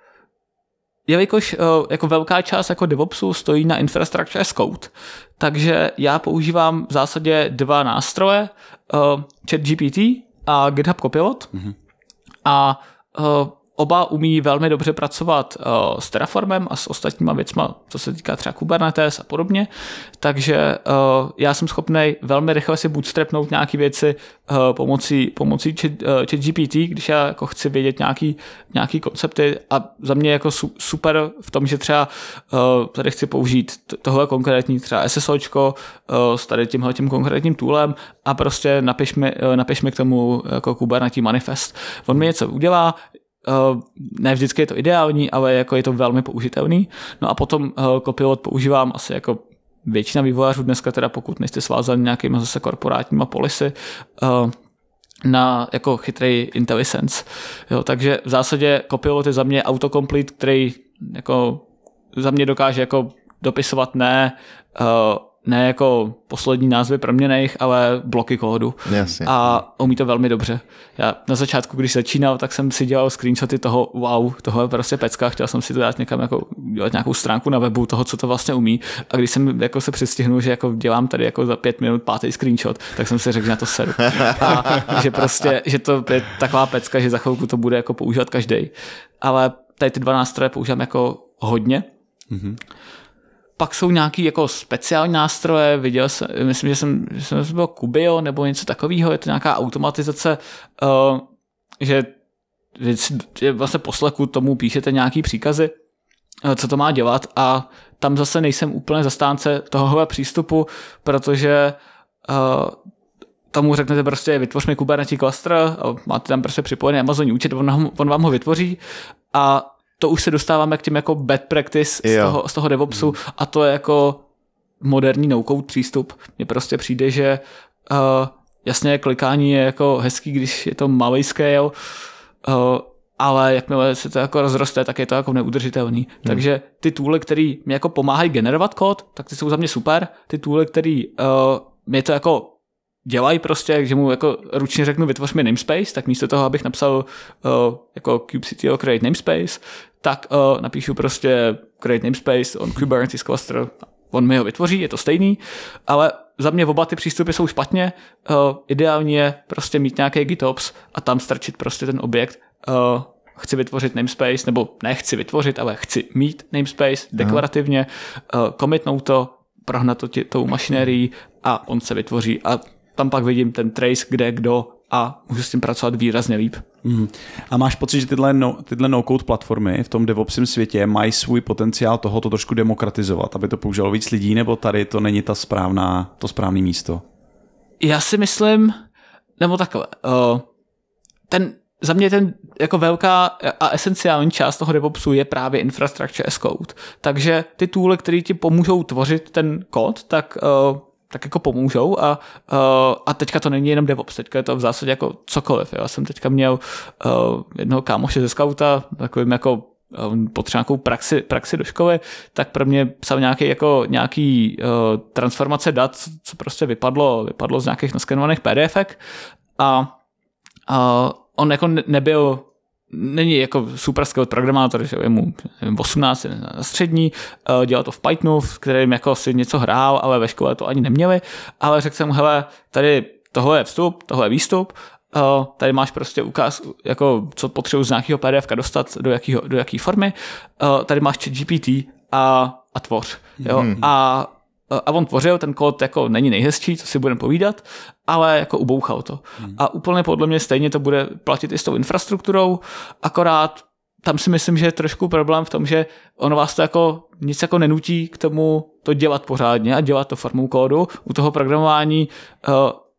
jelikož uh, jako velká část jako DevOpsu stojí na infrastructure as code, takže já používám v zásadě dva nástroje, uh, ChatGPT a GitHub Copilot. Mm-hmm. A uh, oba umí velmi dobře pracovat uh, s Terraformem a s ostatníma věcma, co se týká třeba Kubernetes a podobně. Takže uh, já jsem schopný velmi rychle si bootstrapnout nějaké věci uh, pomocí, pomocí chat, uh, ChatGPT, když já jako chci vědět nějaký, nějaký koncepty a za mě jako su, super v tom, že třeba uh, tady chci použít tohle konkrétní třeba SSOčko uh, s tady tímhletím konkrétním toolem a prostě napiš mi, uh, napiš mi k tomu jako Kubernetes manifest. On mi něco udělá. Uh, ne vždycky je to ideální, ale jako je to velmi použitelný. No a potom uh, Copilot používám asi jako většina vývojářů dneska, teda pokud nejste svázaný nějakýma zase korporátníma policy, uh, na jako chytrý IntelliSense. Jo, takže v zásadě Copilot je za mě autocomplete, který jako za mě dokáže jako dopisovat ne uh, ne jako poslední názvy proměnejch, ale bloky kódu. Jasně. A umí to velmi dobře. Já na začátku, když začínal, tak jsem si dělal screenshoty toho, wow, toho je prostě pecka, chtěl jsem si to dát někam, jako dělat nějakou stránku na webu toho, co to vlastně umí. A když jsem jako se přistihnul, že jako dělám tady jako za pět minut pátý screenshot, tak jsem si řekl, že na to seru. A že prostě, že to je taková pecka, že za chvilku to bude jako používat každý. Ale tady ty dva nástroje používám jako hodně. Mm-hmm. Pak jsou nějaký jako speciální nástroje, viděl jsem, myslím, že jsem, že jsem byl Kubio nebo něco takového, je to nějaká automatizace, uh, že, že vlastně po Slacku tomu píšete nějaký příkazy, uh, co to má dělat a tam zase nejsem úplně zastánce tohohle přístupu, protože uh, tomu řeknete prostě vytvoř mi Kubernetes cluster a máte tam prostě připojený Amazon účet, on, on vám ho vytvoří a to už se dostáváme k těm jako bad practice z toho, z toho DevOpsu a to je jako moderní no-code přístup. Mně prostě přijde, že uh, jasně klikání je jako hezký, když je to malý scale, uh, ale jakmile se to jako rozroste, tak je to jako neudržitelný. Hmm. Takže ty tooly, které mi jako pomáhají generovat kód, tak ty jsou za mě super. Ty tooly, které uh, mě to jako dělají prostě, že mu jako ručně řeknu vytvoř mi namespace, tak místo toho, abych napsal uh, jako kubectl create namespace, tak uh, napíšu prostě create namespace on Kubernetes cluster, on mi ho vytvoří, je to stejný, ale za mě oba ty přístupy jsou špatně, uh, ideální je prostě mít nějaký GitOps a tam strčit prostě ten objekt, uh, chci vytvořit namespace, nebo nechci vytvořit, ale chci mít namespace deklarativně, uh, commitnout to, prohnat to tě, tou mašinérií a on se vytvoří a tam pak vidím ten trace, kde, kdo a můžu s tím pracovat výrazně líp. Mm. A máš pocit, že tyhle, no, tyhle no-code platformy v tom DevOpsím světě mají svůj potenciál toho to trošku demokratizovat, aby to použilo víc lidí, nebo tady to není ta správná, to správné místo? Já si myslím, nebo takhle, uh, ten, za mě ten jako velká a esenciální část toho DevOpsu je právě infrastructure as code. Takže ty tooly, které ti pomůžou tvořit ten kód, tak uh, tak jako pomůžou a, uh, a teďka to není jenom DevOps, teďka je to v zásadě jako cokoliv. Jo. Já jsem teďka měl uh, jednoho kámoše ze Skauta, takovým jako um, potřeba nějakou praxi, praxi do školy, tak pro mě psal nějaký, jako, nějaký uh, transformace dat, co prostě vypadlo, vypadlo z nějakých naskenovaných PDFek a uh, on jako nebyl není jako super skvělý programátor, že je mu osmnáct na střední, dělal to v Pythonu, v kterém jako si něco hrál, ale ve škole to ani neměli, ale řekl jsem, hele, tady tohle je vstup, tohle je výstup, tady máš prostě ukaz, jako co potřebuji z nějakého P D F dostat do, jakýho, do jaký formy, tady máš ChatGPT a, a tvoř. Jo? Mm. A A on tvořil, ten kód jako není nejhezčí, co si budeme povídat, ale jako ubouchal to. Hmm. A úplně podle mě stejně to bude platit i s tou infrastrukturou, akorát tam si myslím, že je trošku problém v tom, že ono vás to jako nic jako nenutí k tomu to dělat pořádně a dělat to formou kódu. U toho programování uh,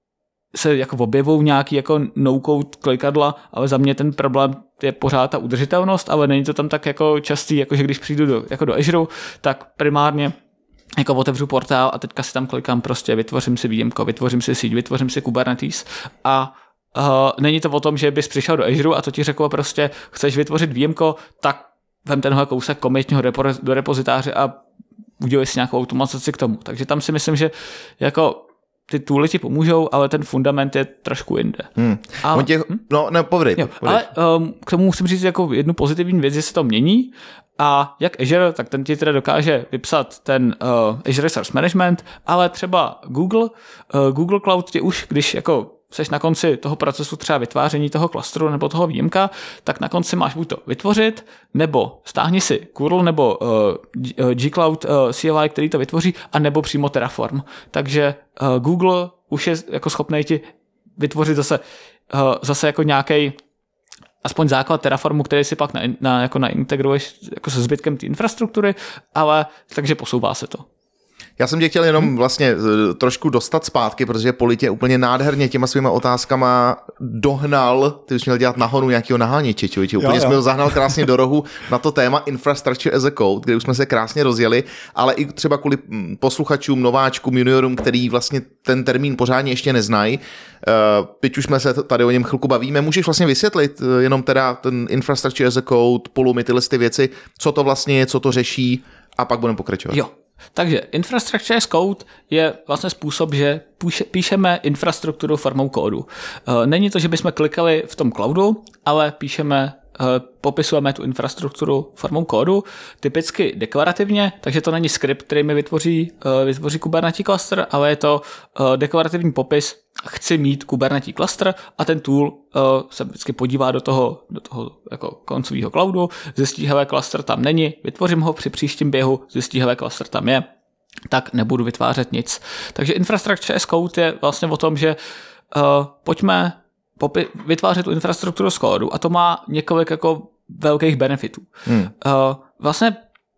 se jako objevují nějaký jako no-code klikadla, ale za mě ten problém je pořád ta udržitelnost, ale není to tam tak jako častý, jako že když přijdu do, jako do Azure, tak primárně jako otevřu portál a teďka si tam klikám prostě, vytvořím si V M ko, vytvořím si síť, vytvořím si Kubernetes a uh, není to o tom, že bys přišel do Azure a to ti řeklo prostě, chceš vytvořit V M ko, tak vem tenhle kousek, komitni ho do repozitáře a udělej si nějakou automatizaci k tomu. Takže tam si myslím, že jako ty tooly ti pomůžou, ale ten fundament je trošku jinde. Hmm. Ale, těch, no, ne, povědej. Jo, ale um, k tomu musím říct jako jednu pozitivní věc, že se to mění a jak Azure, tak ten ti teda dokáže vypsat ten uh, Azure Resource Management, ale třeba Google, uh, Google Cloud ti už, když jako seš na konci toho procesu třeba vytváření toho klastru nebo toho V M ka, tak na konci máš buď to vytvořit, nebo stáhni si curl nebo uh, G-Cloud uh, C L I, který to vytvoří, a nebo přímo Terraform. Takže uh, Google už je jako schopný ti vytvořit zase, uh, zase jako nějaký aspoň základ Terraformu, který si pak na, na, jako naintegruješ jako se zbytkem té infrastruktury, ale takže posouvá se to. Já jsem tě chtěl jenom vlastně trošku dostat zpátky, protože Poli tě úplně nádherně těma svýma otázkama dohnal. Ty bys měl dělat nahonu nějakého naháněče, člověče. Úplně jsi ho zahnal krásně do rohu na to téma Infrastructure as a Code, kde už jsme se krásně rozjeli, ale i třeba kvůli posluchačům, nováčkům, juniorům, který vlastně ten termín pořádně ještě neznají. Teď už jsme se tady o něm chvilku bavíme. Můžeš vlastně vysvětlit jenom teda ten Infrastructure as a Code, Polu, tyhle ty věci, co to vlastně je, co to řeší, a pak budeme pokračovat. Jo. Takže Infrastructure as Code je vlastně způsob, že píšeme infrastrukturu formou kódu. Není to, že bychom klikali v tom cloudu, ale píšeme, popisujeme tu infrastrukturu formou kódu, typicky deklarativně, takže to není skript, který mi vytvoří, vytvoří Kubernetes cluster, ale je to deklarativní popis, chci mít Kubernetes cluster, a ten tool uh, se vždycky podívá do toho, do toho jako koncového cloudu, zjistí, hele, cluster tam není, vytvořím ho při příštím běhu, zjistí, hele, cluster tam je, tak nebudu vytvářet nic. Takže Infrastructure as Code je vlastně o tom, že uh, pojďme popi- vytvářet tu infrastrukturu z kódu, a to má několik jako velkých benefitů. Hmm. Uh, vlastně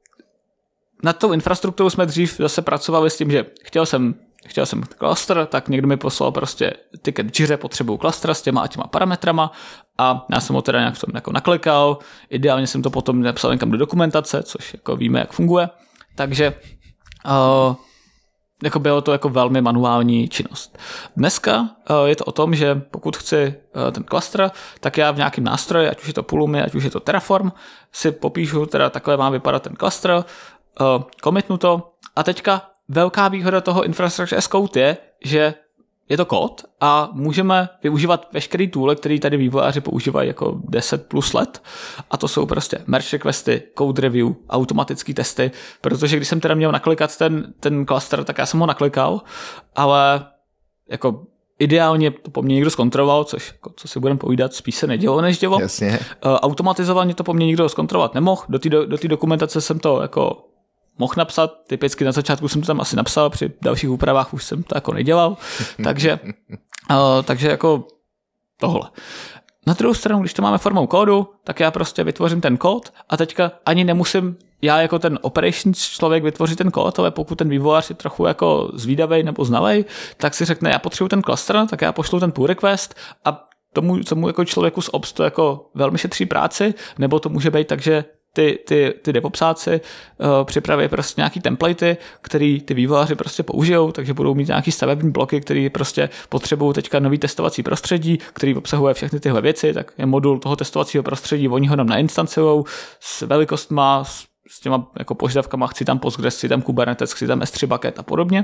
nad tou infrastrukturou jsme dřív zase pracovali s tím, že chtěl jsem Chtěl jsem cluster, tak někdo mi poslal prostě ticket Jira, potřebuju clustera s těma a těma parametrama, a já jsem ho teda nějak v tom jako naklikal, ideálně jsem to potom napsal někam do dokumentace, což jako víme, jak funguje, takže uh, jako bylo to jako velmi manuální činnost. Dneska uh, je to o tom, že pokud chci uh, ten cluster, tak já v nějakém nástroji, ať už je to Pulumi, ať už je to Terraform, si popíšu, teda takhle má vypadat ten cluster, uh, commitnu to, a teďka velká výhoda toho Infrastructure as Code je, že je to kód a můžeme využívat veškerý tooly, který tady vývojáři používají jako deset plus let, a to jsou prostě merge requesty, code review, automatické testy, protože když jsem teda měl naklikat ten, ten cluster, tak já jsem ho naklikal, ale jako ideálně to po mně někdo zkontroloval, což jako, co si budeme povídat, spíš se nedělo, než dělo. Jasně. Automatizovaně to po mně nikdo zkontrolovat nemohl, do té do, do dokumentace jsem to jako mohl napsat, typicky na začátku jsem to tam asi napsal, při dalších úpravách už jsem to jako nedělal, takže, uh, takže jako tohle. Na druhou stranu, když to máme formou kódu, tak já prostě vytvořím ten kód a teďka ani nemusím já jako ten operations člověk vytvořit ten kód, ale pokud ten vývojář je trochu jako zvídavej nebo znalej, tak si řekne, já potřebuji ten cluster, tak já pošlu ten pull request a tomu, tomu jako člověku z ops to jako velmi šetří práci, nebo to může být tak, že ty, ty, ty devopsáci uh, připraví prostě nějaký templatey, který ty vývojáři prostě použijou, takže budou mít nějaký stavební bloky, který prostě potřebují teďka nový testovací prostředí, který obsahuje všechny tyhle věci, tak je modul toho testovacího prostředí, oni ho nám nainstancujou s velikostma, s, s těma jako požadavkama, chci tam Postgres, chci tam Kubernetes, chci tam S tři bucket a podobně.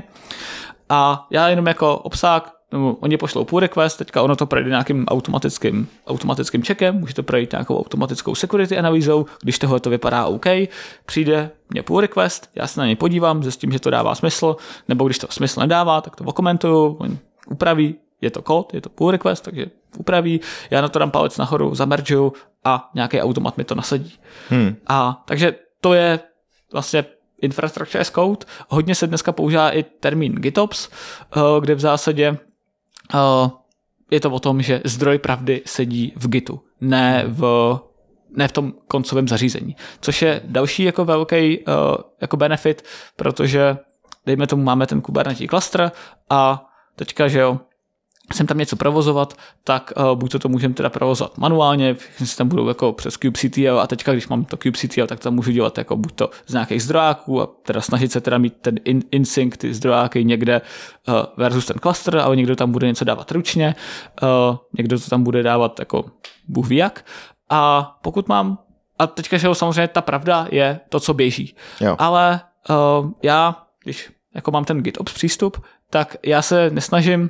A já jenom jako obsák, no, oni pošlou pull request, teďka ono to projde nějakým automatickým, automatickým checkem, může to projít nějakou automatickou security analýzou, když tohle to vypadá OK, přijde mě pull request, já se na něj podívám, zjistím, že to dává smysl, nebo když to smysl nedává, tak to okomentuju, oni upraví, je to kód, je to pull request, takže upraví, já na to dám palec nahoru, zameržuju a nějaký automat mi to nasadí. Hmm. A takže to je vlastně Infrastructure as Code. Hodně se dneska používá i termín GitOps, kde v zásadě je to o tom, že zdroj pravdy sedí v Gitu, ne v ne v tom koncovém zařízení. Což je další jako velký uh, jako benefit, protože dejme tomu, máme ten Kubernetes cluster a teďka, že jo, chcem tam něco provozovat, tak uh, buď to, to můžeme teda provozovat manuálně, si tam budou jako přes kubectl a teďka, když mám to kubectl, tak tam můžu dělat jako buď to z nějakých zdrojáků a teda snažit se teda mít ten in, in-sync, ty zdrojáky někde uh, versus ten cluster, ale někdo tam bude něco dávat ručně, uh, někdo to tam bude dávat jako bůh ví jak. A pokud mám, a teďka, že jo, samozřejmě ta pravda je to, co běží. Jo. Ale uh, já, když jako mám ten GitOps přístup, tak já se nesnažím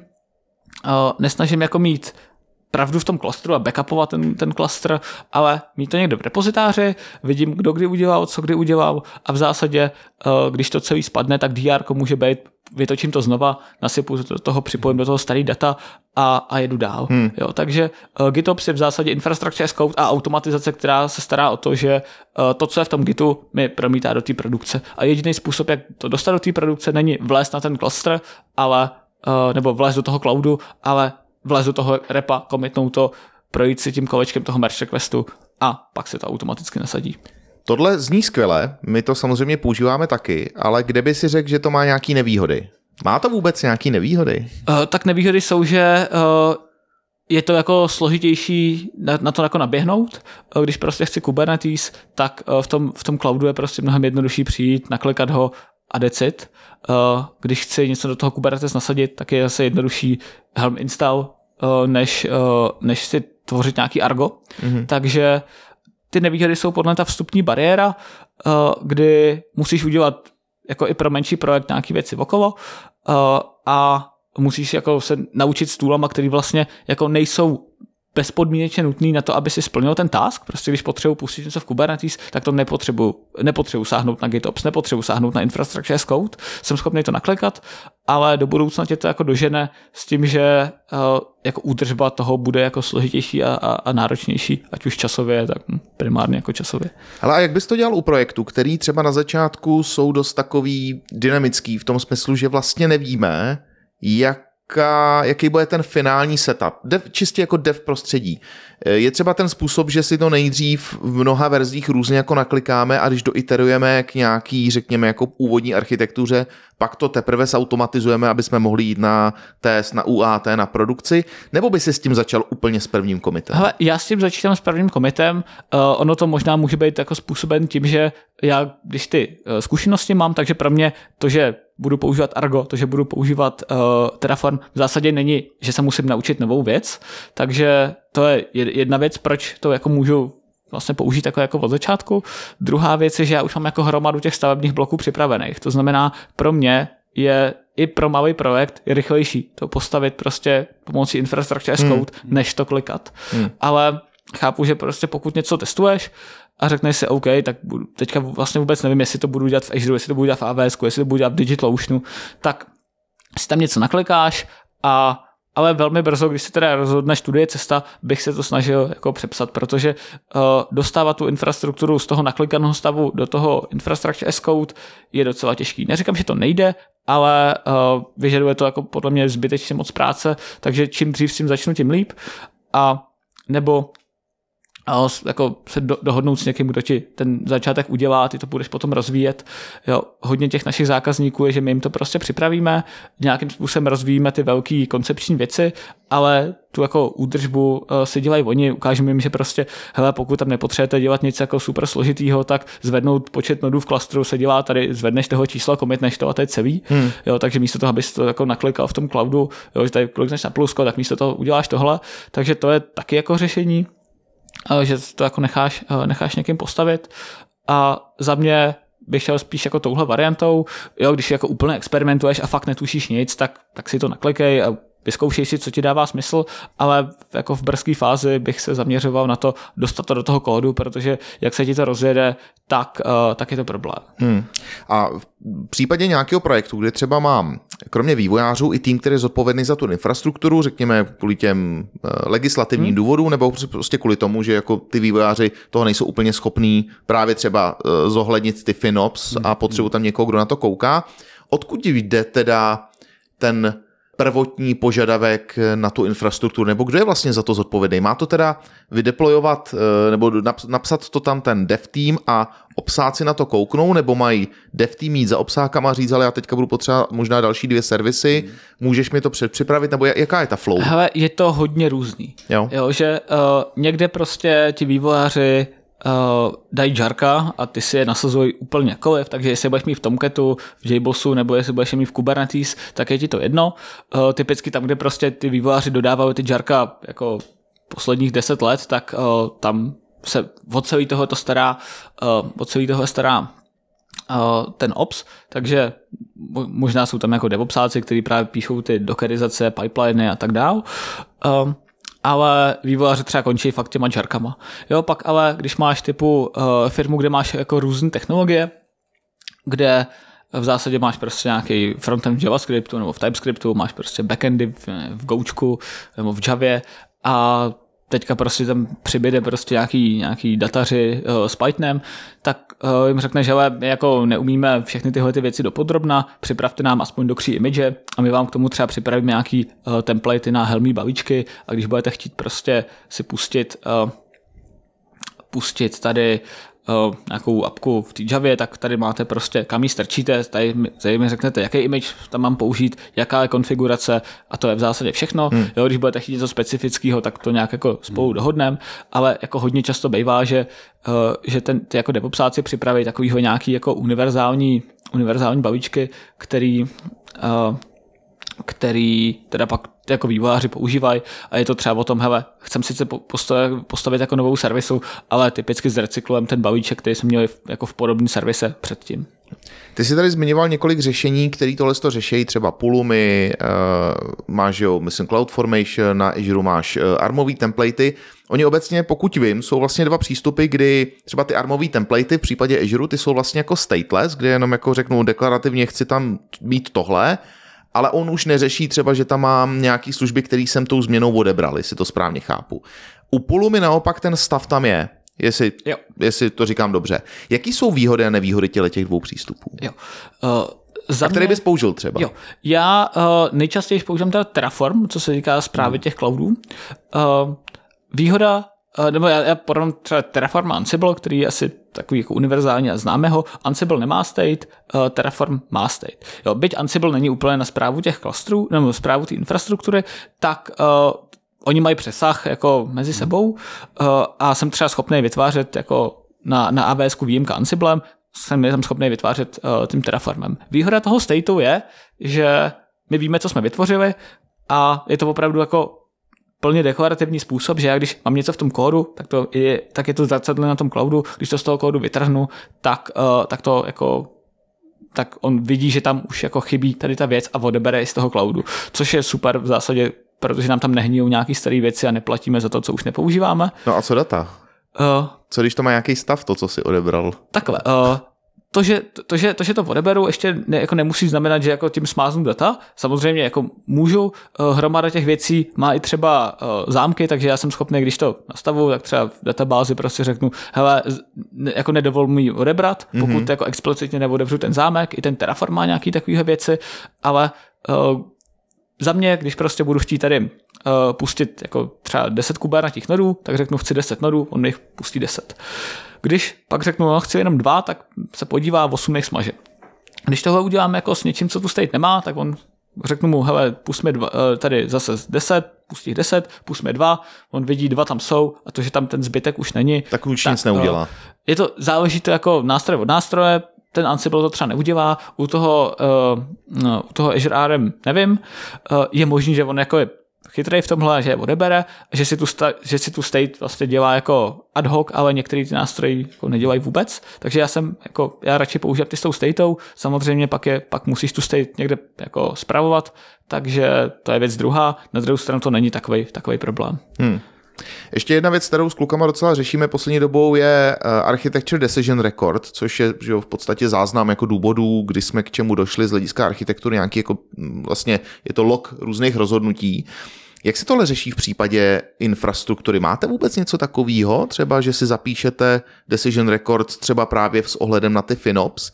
Uh, nesnažím jako mít pravdu v tom klastru a backupovat ten, ten klastr, ale mít to někde v repozitáři, vidím, kdo kdy udělal, co kdy udělal a v zásadě, uh, když to celý spadne, tak D R může být, vytočím to znova, nasypu do toho, připojím do toho starý data a, a jedu dál. Hmm. Jo, takže uh, GitOps je v zásadě infrastructure as code a automatizace, která se stará o to, že uh, to, co je v tom Gitu, mi promítá do té produkce. A jediný způsob, jak to dostat do té produkce, není vlézt na ten klastr, ale Uh, nebo vlézt do toho cloudu, ale vlézt do toho repa, commitnout to, projít si tím kolečkem toho merge requestu a pak se to automaticky nasadí. Tohle zní skvěle, my to samozřejmě používáme taky, ale kde by si řekl, že to má nějaký nevýhody? Má to vůbec nějaký nevýhody? Uh, tak nevýhody jsou, že uh, je to jako složitější na, na to jako naběhnout. Uh, když prostě chci Kubernetes, tak uh, v tom, v tom cloudu je prostě mnohem jednodušší přijít, naklikat ho a decit. Uh, když chci něco do toho Kubernetes nasadit, tak je zase jednodušší Helm install, uh, než, uh, než si tvořit nějaký Argo. Mm-hmm. Takže ty nevýhody jsou podle ta vstupní bariéra, uh, kdy musíš udělat jako i pro menší projekt nějaký věci okolo uh, a musíš jako se naučit s toolama, který vlastně jako nejsou bezpodmínečně nutný na to, aby si splnil ten task. Prostě když potřebuji pustit něco v Kubernetes, tak to nepotřebuji, nepotřebuji sáhnout na GitOps, nepotřebuji sáhnout na infrastructure as code, jsem schopný to naklikat, ale do budoucna tě to jako dožene s tím, že uh, jako údržba toho bude jako složitější a, a, a náročnější, ať už časově, tak primárně jako časově. Ale a jak bys to dělal u projektu, který třeba na začátku jsou dost takový dynamický v tom smyslu, že vlastně nevíme, jak Jaká, jaký bude ten finální setup, dev, čistě jako dev prostředí. Je třeba ten způsob, že si to nejdřív v mnoha verzích různě jako naklikáme a když doiterujeme k nějaký, řekněme, jako úvodní architektuře, pak to teprve zautomatizujeme, aby jsme mohli jít na test, na U A T, na produkci, nebo by si s tím začal úplně s prvním commitem? Hele, já s tím začítám s prvním commitem, uh, ono to možná může být jako způsoben tím, že já, když ty uh, zkušenosti mám, takže pro mě to, že budu používat Argo, to, že budu používat uh, Terraform, v zásadě není, že se musím naučit novou věc, takže to je jedna věc, proč to jako můžu vlastně použít jako, jako od začátku. Druhá věc je, že já už mám jako hromadu těch stavebních bloků připravených, to znamená pro mě je i pro malý projekt je rychlejší to postavit prostě pomocí infrastructure as code, hmm. než to klikat. Hmm. Ale chápu, že prostě pokud něco testuješ a řekneš si OK, tak budu, teďka vlastně vůbec nevím, jestli to budu dělat v Azure, jestli to budu dělat v A W S, jestli to budu dělat v DigitalOceanu, tak si tam něco naklikáš a ale velmi brzo, když si teda rozhodneš, tudy je cesta, bych se to snažil jako přepsat, protože uh, dostávat tu infrastrukturu z toho naklikaného stavu do toho infrastructure as code je docela těžký. Neříkám, že to nejde, ale uh, vyžaduje to jako podle mě zbytečně moc práce, takže čím dřív s tím začnu, tím líp. A nebo a jako se do, dohodnout s někým, kdo ti ten začátek udělá, ty to budeš potom rozvíjet. Jo, hodně těch našich zákazníků je, že my jim to prostě připravíme, nějakým způsobem rozvíjíme ty velké koncepční věci, ale tu jako údržbu uh, si dělají oni, ukážeme jim, že prostě, hele, pokud tam nepotřebujete dělat nic jako super složitýho, tak zvednout počet nodů v klastru se dělá tady, zvedneš toho čísla, commitneš to a to je celý. Hmm. Jo, takže místo toho, abys to jako naklikal v tom cloudu, jo, že tady klikneš na plusko, tak místo toho uděláš tohle, takže to je taky jako řešení, že to jako necháš, necháš někým postavit a za mě bych šel spíš jako touhle variantou, jo, když jako úplně experimentuješ a fakt netušíš nic, tak, tak si to naklikej a vyzkoušej si, co ti dává smysl, ale jako v brzké fázi bych se zaměřoval na to dostat to do toho kódu, protože jak se ti to rozjede, tak, uh, tak je to problém. Hmm. A v případě nějakého projektu, kde třeba mám kromě vývojářů i tým, který je zodpovědný za tu infrastrukturu, řekněme kvůli těm uh, legislativním hmm. důvodům, nebo prostě kvůli tomu, že jako ty vývojáři toho nejsou úplně schopní právě třeba uh, zohlednit ty FinOps hmm. a potřebují tam někoho, kdo na to kouká. Odkud jde teda ten prvotní požadavek na tu infrastrukturu, nebo kdo je vlastně za to zodpovědný? Má to teda vydeployovat, nebo napsat to tam ten dev tým a obsáci na to kouknou, nebo mají dev tým jít za obsákama a říct, ale já teďka budu potřebovat možná další dvě servisy, hmm. můžeš mi to předpřipravit, nebo jaká je ta flow? Hele, je to hodně různý. Jo. Jo, že uh, někde prostě ti vývojáři Uh, dají žarka a ty si je nasazují úplně jakkoliv, takže jestli budeš mít v Tomcatu, v JBossu nebo jestli budeš mít v Kubernetes, tak je ti to jedno. Uh, typicky tam, kde prostě ty vývojáři dodávají ty žarka jako posledních deset let, tak uh, tam se od celý toho to stará, uh, od celý toho stará uh, ten ops, takže možná jsou tam jako DevOpsáci, kteří právě píšou ty dockerizace, pipeliny a tak dál. Uh, ale vývojáři třeba končí fakt těma žarkama. Jo, pak ale, když máš typu uh, firmu, kde máš jako různé technologie, kde v zásadě máš prostě nějaký frontend v JavaScriptu nebo v TypeScriptu, máš prostě backendy v, v Gočku nebo v Javě a teďka prostě tam přibyde prostě nějaký, nějaký dataři uh, s Pythonem, tak uh, jim řekne, že my jako neumíme všechny tyhle ty věci dopodrobna, připravte nám aspoň do kří image a my vám k tomu třeba připravíme nějaký uh, templatey na helmí babičky a když budete chtít prostě si pustit uh, pustit tady uh, nějakou apku v té Javě, tak tady máte prostě, kam ji strčíte, tady, tady mi řeknete, jaký image tam mám použít, jaká je konfigurace a to je v zásadě všechno. Hmm. Jo, když budete chtít něco specifického, tak to nějak jako spolu dohodneme, ale jako hodně často bývá, že, uh, že ten, ty jako devopsáci připraví takovýho nějaký jako univerzální, univerzální babičky, který uh, který teda pak jako vývojáři používají a je to třeba o tom, hele, chcem sice postavit, postavit jako novou servisu, ale typicky zrecyklujeme ten balíček, který jsme měli jako v podobné servise předtím. Ty jsi tady zmiňoval několik řešení, které tohle to řeší, třeba Pulumi, uh, máš jo, myslím CloudFormation, na Azure máš uh, armový templatey. Oni obecně, pokud vím, jsou vlastně dva přístupy, kdy třeba ty armový templatey v případě Azure, ty jsou vlastně jako stateless, kde jenom jako řeknu deklarativně chci tam mít tohle, ale on už neřeší třeba, že tam mám nějaký služby, které jsem tou změnou odebral, jestli to správně chápu. U Pulumi naopak ten stav tam je, jestli, jestli to říkám dobře. Jaký jsou výhody a nevýhody těch dvou přístupů? Jo. Uh, za a který mě... bys použil třeba? Jo. Já uh, nejčastěji používám teda Terraform, co se týká zprávy hmm. těch cloudů. Uh, výhoda, uh, nebo já, já porovnám třeba Terraform a Ansible, který je asi takový jako univerzální a známého. Ansible nemá state, uh, Terraform má state. Jo, byť Ansible není úplně na správu těch klastrů, nebo správu té infrastruktury, tak uh, oni mají přesah jako mezi sebou uh, a jsem třeba schopný vytvářet jako na, na A W S výjimka Ansiblem, jsem tam schopný vytvářet uh, tím Terraformem. Výhoda toho stateu je, že my víme, co jsme vytvořili a je to opravdu jako plně deklarativní způsob, že já když mám něco v tom kódu, tak, to je, tak je to zrcadlené na tom cloudu, když to z toho kódu vytrhnu, tak, uh, tak to jako tak on vidí, že tam už jako chybí tady ta věc a odebere i z toho cloudu, což je super v zásadě, protože nám tam nehníjou nějaký staré věci a neplatíme za to, co už nepoužíváme. No a co data? Uh, co když to má nějaký stav, to, co si odebral? Takhle, uh, To že, to, že, to, že to odeberu, ještě ne, jako nemusí znamenat, že jako tím smáznu data. Samozřejmě jako můžu, hromada těch věcí má i třeba uh, zámky, takže já jsem schopný, když to nastavuju, tak třeba v databázi prostě řeknu, hele, ne, jako nedovol mi odebrat, pokud mm-hmm. jako explicitně neodebřu ten zámek, i ten Terraform má nějaký takovýhle věci, ale uh, za mě, když prostě budu chtít tady uh, pustit jako třeba deset kubernetních nodů, tak řeknu, chci deset nodů, on jich pustí deset. Když pak řeknu, no, chci jenom dva, tak se podívá, osm jich smaže. Když tohle uděláme jako s něčím, co tu state nemá, tak on řeknu mu, hele, pustme dva, tady zase deset, pustí deset, pustme dva, on vidí, dva tam jsou a to, že tam ten zbytek už není. Tak už tak, nic neudělá. Je to, záleží to jako nástroj od nástroje, ten Ansible to třeba neudělá, u toho, uh, no, u toho Azure R M nevím, uh, je možný, že on jako je chytrý v tomhle, že je odebere, že si tu, sta- že si tu state vlastně dělá jako ad hoc, ale některý ty nástroje jako nedělají vůbec, takže já jsem jako, já radši používám ty s tou stateou, samozřejmě pak, je, pak musíš tu state někde jako spravovat, takže to je věc druhá, na druhou stranu to není takovej, takovej problém. Hmm. Ještě jedna věc, kterou s klukama docela řešíme poslední dobou, je Architecture Decision Record, což je že v podstatě záznam jako důvodů, kdy jsme k čemu došli z hlediska architektury, nějaký jako vlastně je to log různých rozhodnutí. Jak se tohle řeší v případě infrastruktury? Máte vůbec něco takového? Třeba, že si zapíšete Decision Records třeba právě s ohledem na ty FinOps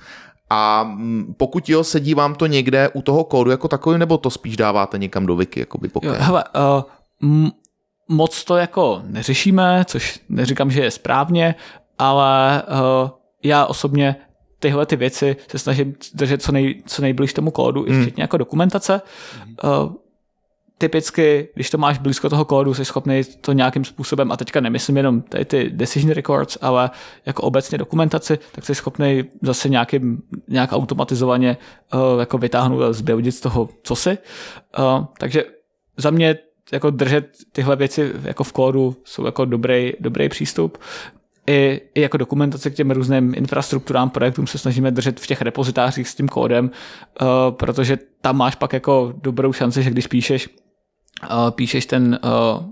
A pokud jo, sedí vám to někde u toho kódu jako takový, nebo to spíš dáváte někam do wiki, jakoby poké? Jo, hele, uh, m- moc to jako neřešíme, což neříkám, že je správně, ale uh, já osobně tyhle ty věci se snažím držet co, nej, co nejblíž tomu kódu, hmm. i včetně jako dokumentace. Uh, typicky, když to máš blízko toho kódu, jsi schopný to nějakým způsobem, a teďka nemyslím jenom tady ty decision records, ale jako obecně dokumentaci, tak jsi schopný zase nějakým, nějak automatizovaně uh, jako vytáhnout a zběudit z toho cosi. Uh, takže za mě jako držet tyhle věci jako v kódu jsou jako dobrý, dobrý přístup. I, I jako dokumentace k těm různým infrastrukturám, projektům se snažíme držet v těch repozitářích s tím kódem, uh, protože tam máš pak jako dobrou šanci, že když píšeš, uh, píšeš ten, uh,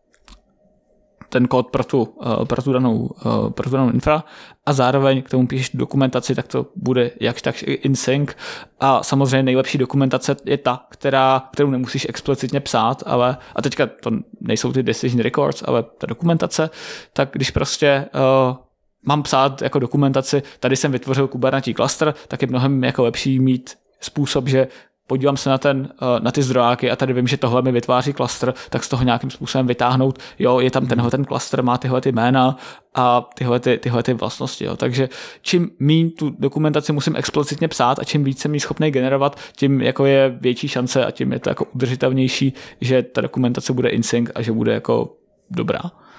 ten kód pro tu, uh, pro, tu danou, uh, pro tu danou infra a zároveň k tomu píšeš dokumentaci, tak to bude jakž tak in sync. A samozřejmě nejlepší dokumentace je ta, která, kterou nemusíš explicitně psát, ale, a teďka to nejsou ty decision records, ale ta dokumentace, tak když prostě uh, mám psát jako dokumentaci, tady jsem vytvořil Kubernetes cluster, tak je mnohem jako lepší mít způsob, že podívám se na, ten, na ty zdrojáky a tady vím, že tohle mi vytváří cluster, tak z toho nějakým způsobem vytáhnout, jo, je tam tenhle ten cluster, má tyhle ty jména a tyhle, ty, tyhle ty vlastnosti. Jo. Takže čím míň tu dokumentaci musím explicitně psát a čím víc jsem ji schopný generovat, tím jako je větší šance a tím je to jako udržitelnější, že ta dokumentace bude in sync a že bude jako dobrá.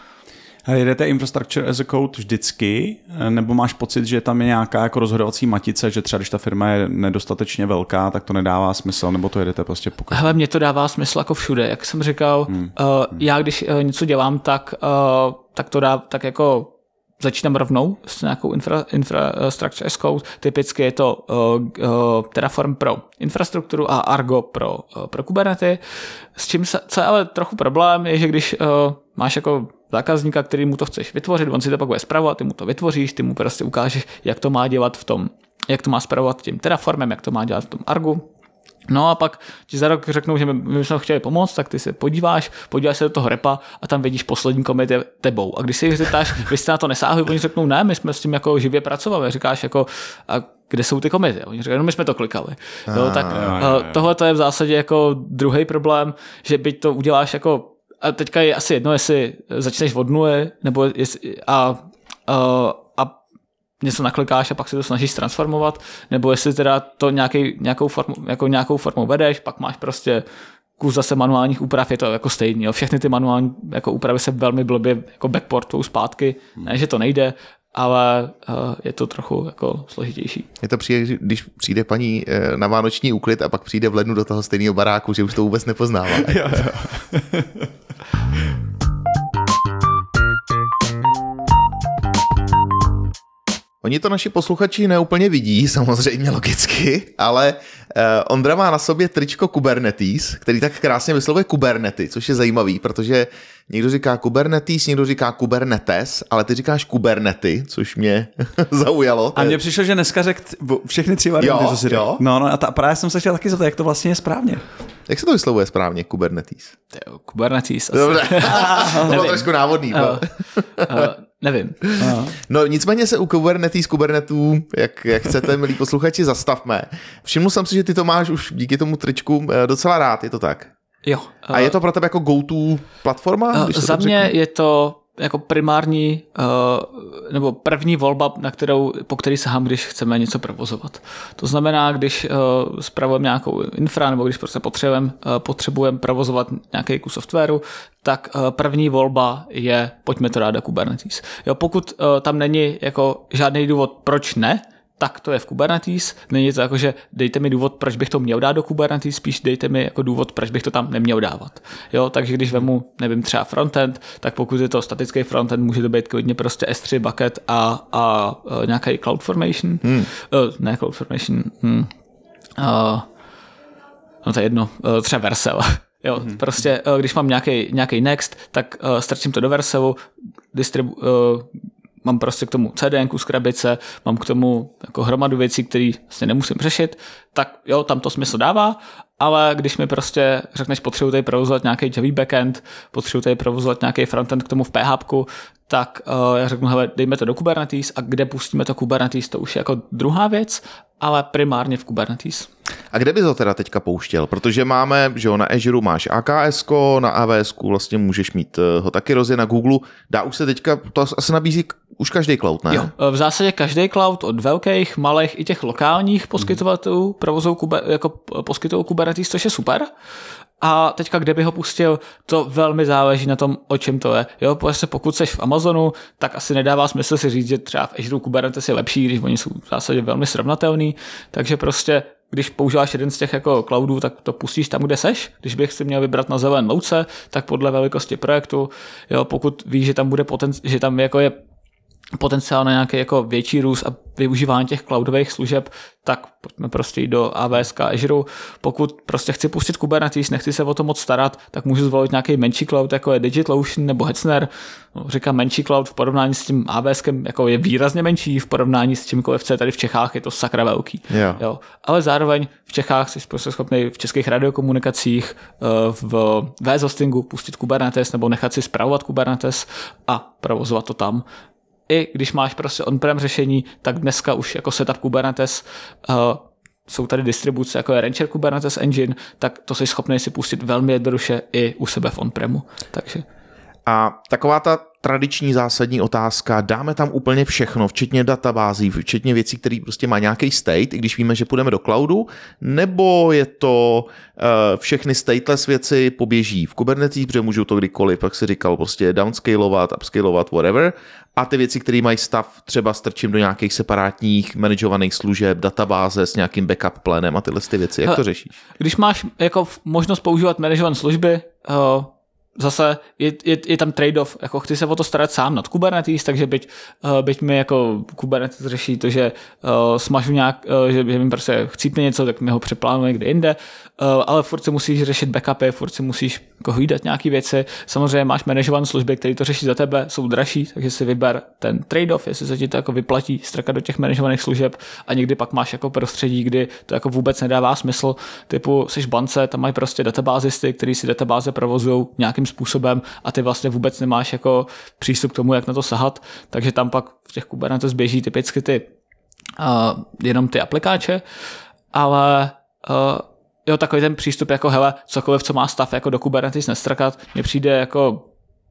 A jedete infrastructure as a code vždycky, nebo máš pocit, že tam je nějaká jako rozhodovací matice, že třeba když ta firma je nedostatečně velká, tak to nedává smysl, nebo to jedete prostě pokud? Hele, mně to dává smysl jako všude, jak jsem říkal, hmm. uh, já když uh, něco dělám, tak, uh, tak to dá, tak jako začínám rovnou s nějakou infra, infrastructure as code, typicky je to uh, uh, Terraform pro infrastrukturu a Argo pro, uh, pro Kubernetes, s čím se, co je ale trochu problém, je, že když uh, máš jako zákazníka, který mu to chceš vytvořit, on si to pak bude spravovat, ty mu to vytvoříš, ty mu prostě ukážeš, jak to má dělat v tom, jak to má spravovat tím Terraformem, jak to má dělat v tom Argu. No a pak ti za rok řeknou, že my, my bychom chtěli pomoct, tak ty se podíváš, podíváš se do toho repa a tam vidíš poslední commit je tebou. A když si jich zeptáš, vy jste na to nesáhli, oni řeknou, ne, my jsme s tím jako živě pracovali. Říkáš jako, a kde jsou ty commity? Oni říkají, no my jsme to klikali. No, tak tohle to je v zásadě jako druhý problém, že byť to uděláš jako, a teďka je asi jedno, jestli začneš od nuly, nebo jestli, a, a, a něco naklikáš a pak se to snažíš transformovat, nebo jestli teda to nějaký, nějakou, formu, jako nějakou formou vedeš, pak máš prostě kus zase manuálních úprav, je to jako stejný. Jo. Všechny ty manuální jako úpravy se velmi blbě jako backportují zpátky, ne, že to nejde, ale uh, je to trochu jako složitější. Je to přijde, když přijde paní na vánoční úklid a pak přijde v lednu do toho stejného baráku, že už to vůbec nepoznává. jo, jo. Oni to naši posluchači neúplně vidí, samozřejmě logicky, ale uh, Ondra má na sobě tričko Kubernetes, který tak krásně vyslovuje Kubernetes, což je zajímavý, protože někdo říká Kubernetes, někdo říká Kubernetes, ale ty říkáš Kubernetes, což mě zaujalo. A mně přišlo, že dneska řekl všechny tři varianty, co si řekl. No, no a ta, právě jsem se chtěl taky zeptat, jak to vlastně je správně. Jak se to vyslovuje správně, Kubernetes? Jo, Kubernetes. Dobře, to bylo trošku návodný. Uh, uh, nevím. Uh. No nicméně se u Kubernetes, Kubernetů, jak, jak chcete, milí posluchači, zastavme. Všiml jsem si, že ty to máš už díky tomu tričku docela rád, je to tak? Jo. Uh, A je to pro tebe jako go-to platforma? Uh, za mě je to jako primární uh, nebo první volba, na kterou, po který sahám, když chceme něco provozovat. To znamená, když uh, spravujeme nějakou infra nebo když prostě potřebujeme uh, potřebujeme provozovat nějaký kus softwaru, tak uh, první volba je pojďme to dát do Kubernetes. Jo, pokud uh, tam není jako žádný důvod, proč ne, tak to je v Kubernetes. Není to jako, že dejte mi důvod, proč bych to měl dát do Kubernetes, spíš dejte mi jako důvod, proč bych to tam neměl dávat. Jo, takže když vemu, nevím, třeba frontend, tak pokud je to statický frontend, může to být klidně prostě S tři bucket a, a, a nějaký CloudFormation. Hmm. Uh, ne CloudFormation. Hmm. Uh, no to je jedno. Uh, třeba Vercel. Jo, hmm. prostě uh, když mám nějaký, nějaký Next, tak uh, strčím to do Vercelu, distribu... Uh, mám prostě k tomu C D N ku z krabice, mám k tomu jako hromadu věcí, které vlastně nemusím řešit, tak jo, tam to smysl dává, ale když mi prostě řekneš, potřebuji tady provozovat nějaký Java backend, potřebuji tady provozovat nějaký frontend k tomu v PHP, tak uh, já řeknu, hele, dejme to do Kubernetes a kde pustíme to Kubernetes, to už je jako druhá věc, ale primárně v Kubernetes. A kde bys ho teda teďka pouštěl? Protože máme, že jo, na Azure máš A K S ko, na A W S vlastně můžeš mít ho taky rozjet, na Google. Dá už se teďka, to asi nabízí už každý cloud, ne? Jo, v zásadě každý cloud od velkých, malých i těch lokálních poskytovatelů provozou jako poskytují Kubernetes, což je super. A teďka, kde by ho pustil, to velmi záleží na tom, o čem to je. Jo, prostě pokud seš v Amazonu, tak asi nedává smysl si říct, že třeba v Azure Kubernetes je lepší, když oni jsou v zásadě velmi srovnatelný. Takže prostě, když používáš jeden z těch jako cloudů, tak to pustíš tam, kde seš. Když bych si měl vybrat na zelené louce, tak podle velikosti projektu, jo, pokud víš, že tam bude poten- že tam jako je potenciál na nějaký jako větší růst a využívání těch cloudových služeb, tak pojďme prostě jít do A W S a Azure. Pokud prostě chci pustit Kubernetes, nechci se o to moc starat, tak můžu zvolit nějaký menší cloud, jako je DigitalOcean nebo Hetzner. No, říkám menší cloud v porovnání s tím A W S kem, jako je výrazně menší, v porovnání s čímkoliv, co je tady v Čechách, je to sakra velký. Yeah. Jo. Ale zároveň v Čechách jsi prostě schopný v českých radiokomunikacích, v V S hostingu pustit Kubernetes nebo nechat si spravovat Kubernetes a provozovat to tam. I když máš prostě on-prem řešení, tak dneska už jako setup Kubernetes, uh, jsou tady distribuce, jako je Rancher Kubernetes Engine, tak to jsi schopný si pustit velmi jednoduše i u sebe v on-premu. Takže. A taková ta tradiční zásadní otázka, dáme tam úplně všechno, včetně databází, včetně věcí, které prostě má nějaký state, i když víme, že půjdeme do cloudu, nebo je to uh, všechny stateless věci poběží v Kubernetes, protože můžou to kdykoliv, pak si říkal, prostě downscalovat, upscalovat, whatever, a ty věci, které mají stav, třeba strčím do nějakých separátních manažovaných služeb, databáze s nějakým backup plánem a tyhle ty věci, jak to řešíš? Když máš jako možnost používat manažované služby, uh... Zase je, je, je tam trade-off, jako chci se o to starat sám nad Kubernetes, takže byť, uh, byť mi jako Kubernetes řeší to, že uh, smažu nějak, uh, že, že mi prostě chcípne něco, tak mi ho přeplánuje kde jinde, uh, ale furt si musíš řešit backupy, furt si musíš jako hlídat nějaké věci. Samozřejmě máš manažované služby, které to řeší za tebe, jsou dražší, takže si vyber ten trade-off, jestli se ti to jako vyplatí strkat do těch manažovaných služeb a někdy pak máš jako prostředí, kdy to jako vůbec nedává smysl, typu jsi v bance, tam mají prostě databázisty, kteří si databáze provozují nějakým způsobem a ty vlastně vůbec nemáš jako přístup k tomu, jak na to sahat, takže tam pak v těch Kubernetes běží typicky ty uh, jenom ty aplikáče, ale uh, jo, takový ten přístup jako hele, cokoliv, co má stav jako do Kubernetes nestrkat, mně přijde jako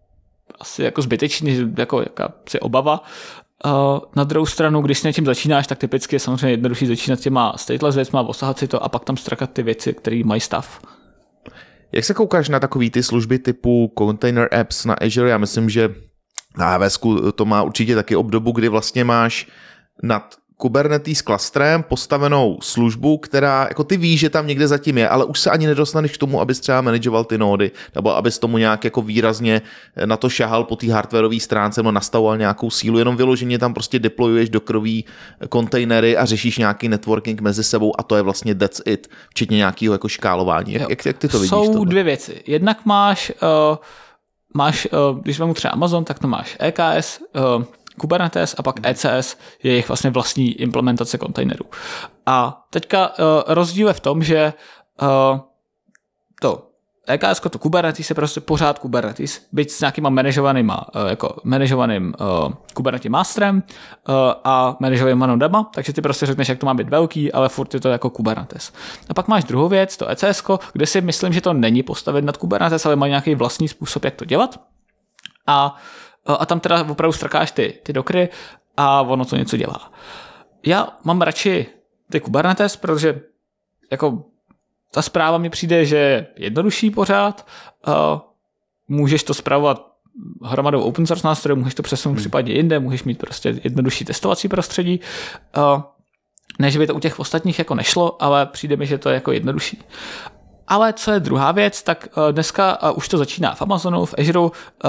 asi jako zbytečný, jako jakási obava. Uh, na druhou stranu, když s něčím začínáš, tak typicky je samozřejmě jednodušší začínat těma stateless věcma, osahat si to a pak tam strkat ty věci, které mají stav. Jak se koukáš na takový ty služby typu Container Apps na Azure? Já myslím, že na A W S to má určitě taky obdobu, kdy vlastně máš nad Kubernetes klastrem postavenou službu, která, jako ty víš, že tam někde zatím je, ale už se ani nedostaneš k tomu, abys třeba manažoval ty nódy, nebo abys tomu nějak jako výrazně na to šahal po té hardwareové stránce, no nastavoval nějakou sílu, jenom vyloženě tam prostě deployuješ dokrový kontejnery a řešíš nějaký networking mezi sebou a to je vlastně that's it, včetně nějakého jako škálování. Jak, jak, jak ty to vidíš? Jsou tohle? dvě věci. Jednak máš, uh, máš uh, když vezmu třeba Amazon, tak to máš E K S, uh, Kubernetes a pak E C S je jejich vlastně vlastní implementace kontejnerů. A teďka uh, rozdíl je v tom, že uh, to E K S, to Kubernetes je prostě pořád Kubernetes, byť s nějakýma manažovanýma, uh, jako manažovaným uh, Kubernetes masterem uh, a manažovanýma nodama, takže ty prostě řekneš, jak to má být velký, ale furt je to jako Kubernetes. A pak máš druhou věc, to E C S, kde si myslím, že to není postavit nad Kubernetes, ale má nějaký vlastní způsob, jak to dělat. A A tam teda opravdu strkáš ty, ty dokry a ono to něco dělá. Já mám radši ty Kubernetes, protože jako ta zpráva mi přijde, že je jednodušší pořád. Uh, můžeš to spravovat hromadou open source nástrojů, můžeš to přesunout hmm. případně jinde, můžeš mít prostě jednodušší testovací prostředí. Uh, ne, že by to u těch ostatních jako nešlo, ale přijde mi, že to je jako jednodušší. Ale co je druhá věc, tak uh, dneska uh, už to začíná v Amazonu, v Azure, uh,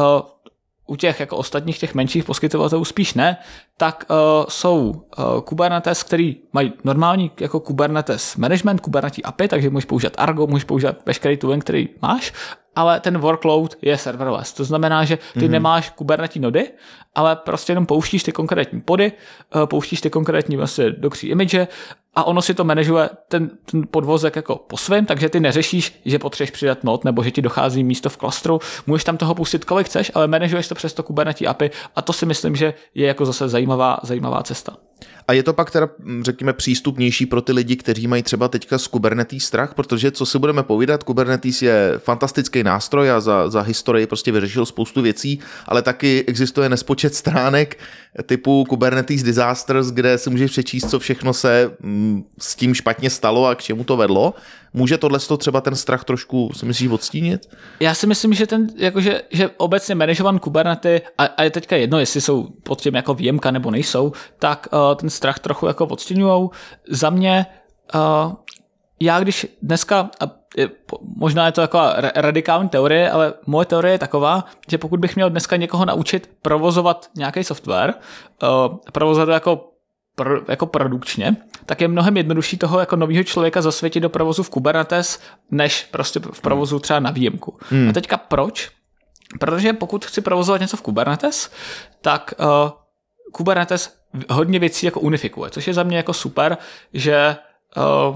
u těch jako ostatních těch menších poskytovatelů spíš ne, tak uh, jsou uh, Kubernetes, který mají normální jako Kubernetes management, Kubernetes A P I, takže můžeš používat Argo, můžeš používat veškerý tooling, který máš, ale ten workload je serverless. To znamená, že ty mm-hmm. nemáš Kubernetes nody, ale prostě jenom pouštíš ty konkrétní pody, uh, pouštíš ty konkrétní vlastně dokří image a ono si to manažuje ten, ten podvozek jako po svém, takže ty neřešíš, že potřebuješ přidat node nebo že ti dochází místo v klastru. Můžeš tam toho pustit kolik chceš, ale manažuješ to přes to Kubernetes A P I a to si myslím, že je jako zase zajímavá, zajímavá cesta. A je to pak teda, řekněme, přístupnější pro ty lidi, kteří mají třeba teďka z Kubernetes strach, protože co si budeme povídat, Kubernetes je fantastický nástroj a za, za historii prostě vyřešil spoustu věcí, ale taky existuje nespočet stránek typu Kubernetes Disasters, kde si můžeš přečíst, co všechno se mm, s tím špatně stalo a k čemu to vedlo. Může tohle třeba ten strach trošku, si myslíš, odstínit? Já si myslím, že ten, jakože, že obecně manažovan Kubernetes, a, a je teďka jedno, jestli jsou pod tím jako výjimka nebo nejsou, tak uh, ten strach trochu jako odstěňujou. Za mě, uh, já když dneska, a je, možná je to jako radikální teorie, ale moje teorie je taková, že pokud bych měl dneska někoho naučit provozovat nějaký software, uh, provozovat jako Pro, jako produkčně, tak je mnohem jednodušší toho jako novýho člověka zasvětit do provozu v Kubernetes, než prostě v provozu třeba na výjimku. Hmm. A teďka proč? Protože pokud chci provozovat něco v Kubernetes, tak uh, Kubernetes hodně věcí jako unifikuje, což je za mě jako super, že, uh,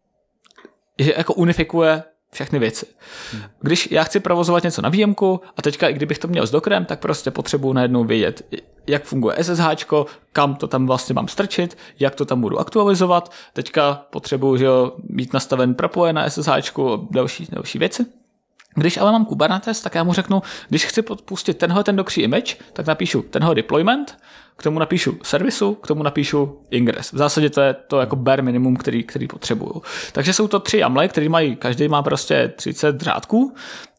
že jako unifikuje všechny věci. Když já chci provozovat něco na výjimku a teďka i kdybych to měl s Dockerem, tak prostě potřebuji najednou vědět, jak funguje S S H, kam to tam vlastně mám strčit, jak to tam budu aktualizovat. Teďka potřebuji, že jo, mít nastaven propoje na S S H a další, další věci. Když ale mám Kubernetes, tak já mu řeknu, když chci podpustit tenhle ten Docker image, tak napíšu tenhle deployment, k tomu napíšu servisu, k tomu napíšu ingress. V zásadě to je to jako bare minimum, který, který potřebuju. Takže jsou to tři YAMLy, který mají, každý má prostě třicet řádků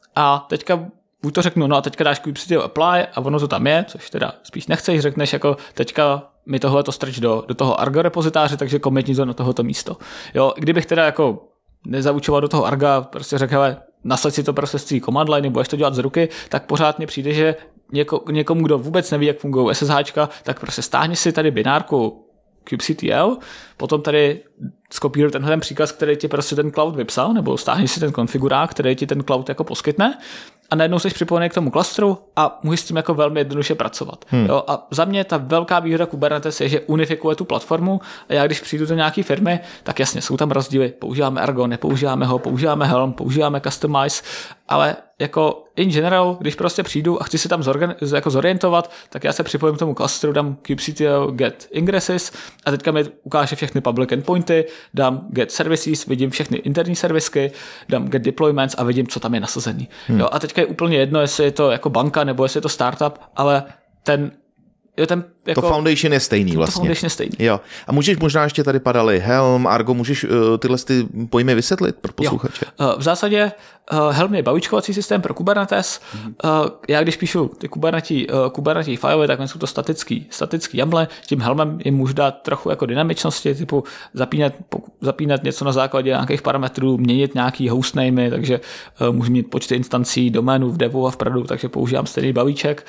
a teďka buď to řeknu, no a teďka dáš kubectl apply a ono to tam je, což teda spíš nechceš, řekneš jako teďka mi tohle to strč do, do toho Argo repozitáře, takže komitni to na tohoto místo. Jo, kdybych teda jako nezaučoval do toho Arga, prostě řekl, hele, nasaď si to prostě z command line, budeš to dělat z ruky, tak pořád mně přijde, že něko, někomu, kdo vůbec neví, jak fungují S S H, tak prostě stáhni si tady binárku kubectl, potom tady skopíruj tenhle ten příkaz, který ti prostě ten cloud vypsal, nebo stáhni si ten konfigurák, který ti ten cloud jako poskytne a najednou jsi připojený k tomu klastru a můžeš s tím jako velmi jednoduše pracovat. Hmm. Jo? A za mě ta velká výhoda Kubernetes je, že unifikuje tu platformu a já když přijdu do nějaké firmy, tak jasně jsou tam rozdíly, používáme Argo, nepoužíváme ho, používáme Helm, používáme Customize, ale jako in general, když prostě přijdu a chci se tam zorgan, jako zorientovat, tak já se připojím k tomu klastru, dám kubectl get ingresses a teďka mi ukáže všechny public endpointy, dám get services, vidím všechny interní servisky, dám get deployments a vidím, co tam je nasazený. Hmm. Jo, a teďka je úplně jedno, jestli je to jako banka nebo jestli je to startup, ale ten Jo, ten, jako, to foundation je stejný vlastně. To foundation je stejný. Jo. A můžeš možná ještě tady padaly Helm, Argo, můžeš uh, tyhle ty pojmy vysvětlit pro posluchače? Uh, v zásadě uh, Helm je balíčkovací systém pro Kubernetes. Mm. Uh, já když píšu ty Kubernetes, uh, Kubernetes filey, tak jsou to statický, statický YAMLy. Tím Helmem jim můžu dát trochu jako dynamičnosti, typu zapínat, zapínat něco na základě nějakých parametrů, měnit nějaký hostnamy, takže uh, můžu mít počty instancí doménů v devu a v pradu, takže používám stejný balíček.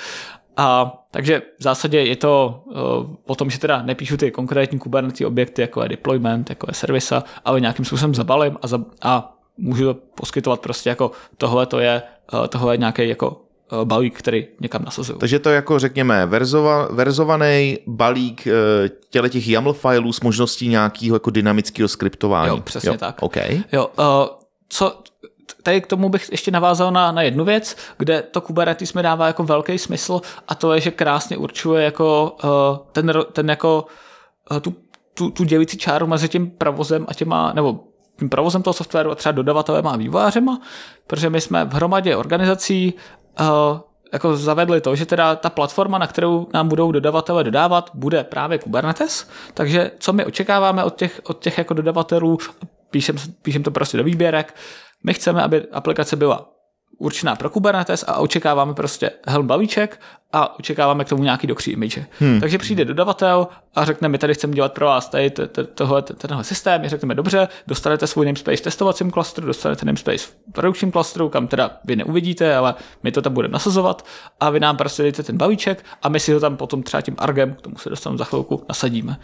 A takže v zásadě je to uh, o tom, že teda nepíšu ty konkrétní Kubernetes objekty, jako je deployment, jako je servisa, ale nějakým způsobem zabalím a, za, a můžu to poskytovat prostě jako tohle to je, uh, tohle je nějaký jako uh, balík, který někam nasazuju. Takže to je jako řekněme verzova, verzovaný balík uh, těch YAML filů s možností nějakého jako dynamického skriptování. Jo, přesně jo, tak. Okay. Jo, uh, co... Tady k tomu bych ještě navázal na, na jednu věc, kde to Kubernetes mi dává jako velký smysl a to je, že krásně určuje jako uh, ten, ten jako uh, tu, tu, tu dělicí čáru mezi tím provozem a těma, nebo tím provozem toho softwaru a třeba dodavatelem a vývojářema, protože my jsme v hromadě organizací uh, jako zavedli to, že teda ta platforma, na kterou nám budou dodavatele dodávat, bude právě Kubernetes, takže co my očekáváme od těch, od těch jako dodavatelů, píšem, píšem to prostě do výběrek. My chceme, aby aplikace byla určená pro Kubernetes a očekáváme prostě Helm balíček a očekáváme k tomu nějaký Docker image. Hmm. Takže přijde dodavatel a řekne, my tady chceme dělat pro vás tady tohle, tenhle systém, my řekneme, dobře, dostanete svůj namespace v testovacím klastru, dostanete namespace v produkčním klastru, kam teda vy neuvidíte, ale my to tam budeme nasazovat a vy nám prostě dejte ten balíček a my si ho tam potom třeba tím Argem, k tomu se dostanu za chvilku, nasadíme.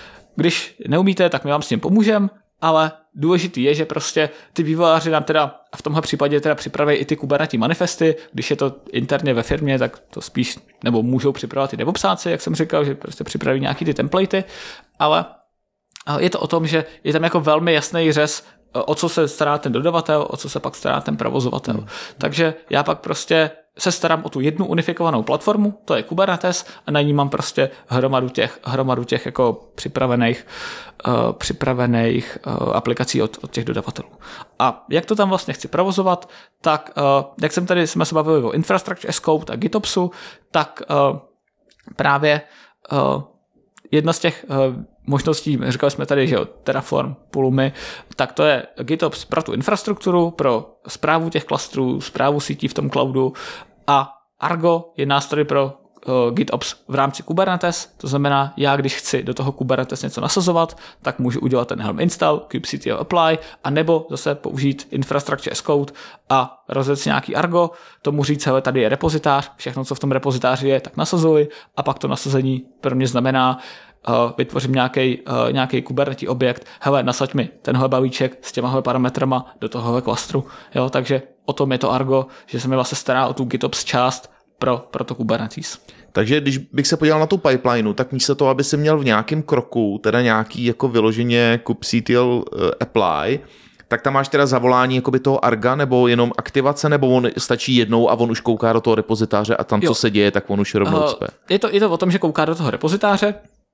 Když neumíte, tak my vám s tím pomůžeme, ale důležitý je, že prostě ty vývojáři nám teda, a v tomhle případě teda připraví i ty Kubernetes manifesty, když je to interně ve firmě, tak to spíš, nebo můžou připravovat i devopsáci, jak jsem říkal, že prostě připraví nějaký ty templatey, ale je to o tom, že je tam jako velmi jasný řez, o co se stará ten dodavatel, o co se pak stará ten provozovatel. Hmm. Takže já pak prostě se starám o tu jednu unifikovanou platformu, to je Kubernetes, a na ní mám prostě hromadu těch, hromadu těch jako připravených, uh, připravených uh, aplikací od, od těch dodavatelů. A jak to tam vlastně chci provozovat, tak uh, jak jsem tady, jsme se bavili o Infrastructure as Code a GitOpsu, tak uh, právě uh, jedna z těch uh, možností, říkali jsme tady, že jo, Terraform, Pulumi, tak to je GitOps pro tu infrastrukturu, pro správu těch klastrů, správu sítí v tom cloudu, a Argo je nástroj pro uh, GitOps v rámci Kubernetes, to znamená, já když chci do toho Kubernetes něco nasazovat, tak můžu udělat ten Helm install, kubectl apply, a nebo zase použít Infrastructure as Code a rozjet si nějaký Argo, tomu říct, hele, tady je repozitář, všechno, co v tom repozitáři je, tak nasazuji, a pak to nasazení pro mě znamená, Uh, vytvořím nějaký uh, nějaký Kubernetes objekt, hele, nasaď mi tenhle balíček s těmahle parametrama do tohohle klastru, jo, takže o tom je to Argo, že se mi vlastně stará o tu GitOps část pro, pro to Kubernetes. Takže když bych se podíval na tu pipelineu, tak místo toho, aby si měl v nějakém kroku teda nějaký jako vyloženě kubectl uh, apply, tak tam máš teda zavolání jakoby toho Arga, nebo jenom aktivace, nebo on stačí jednou a on už kouká do toho repozitáře a tam, jo. co se děje, tak on už rovnou cpe. Uh, je, to, je to o tom, že kouká do toho repozitáře.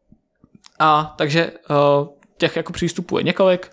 A takže uh, těch jako přístupů je několik.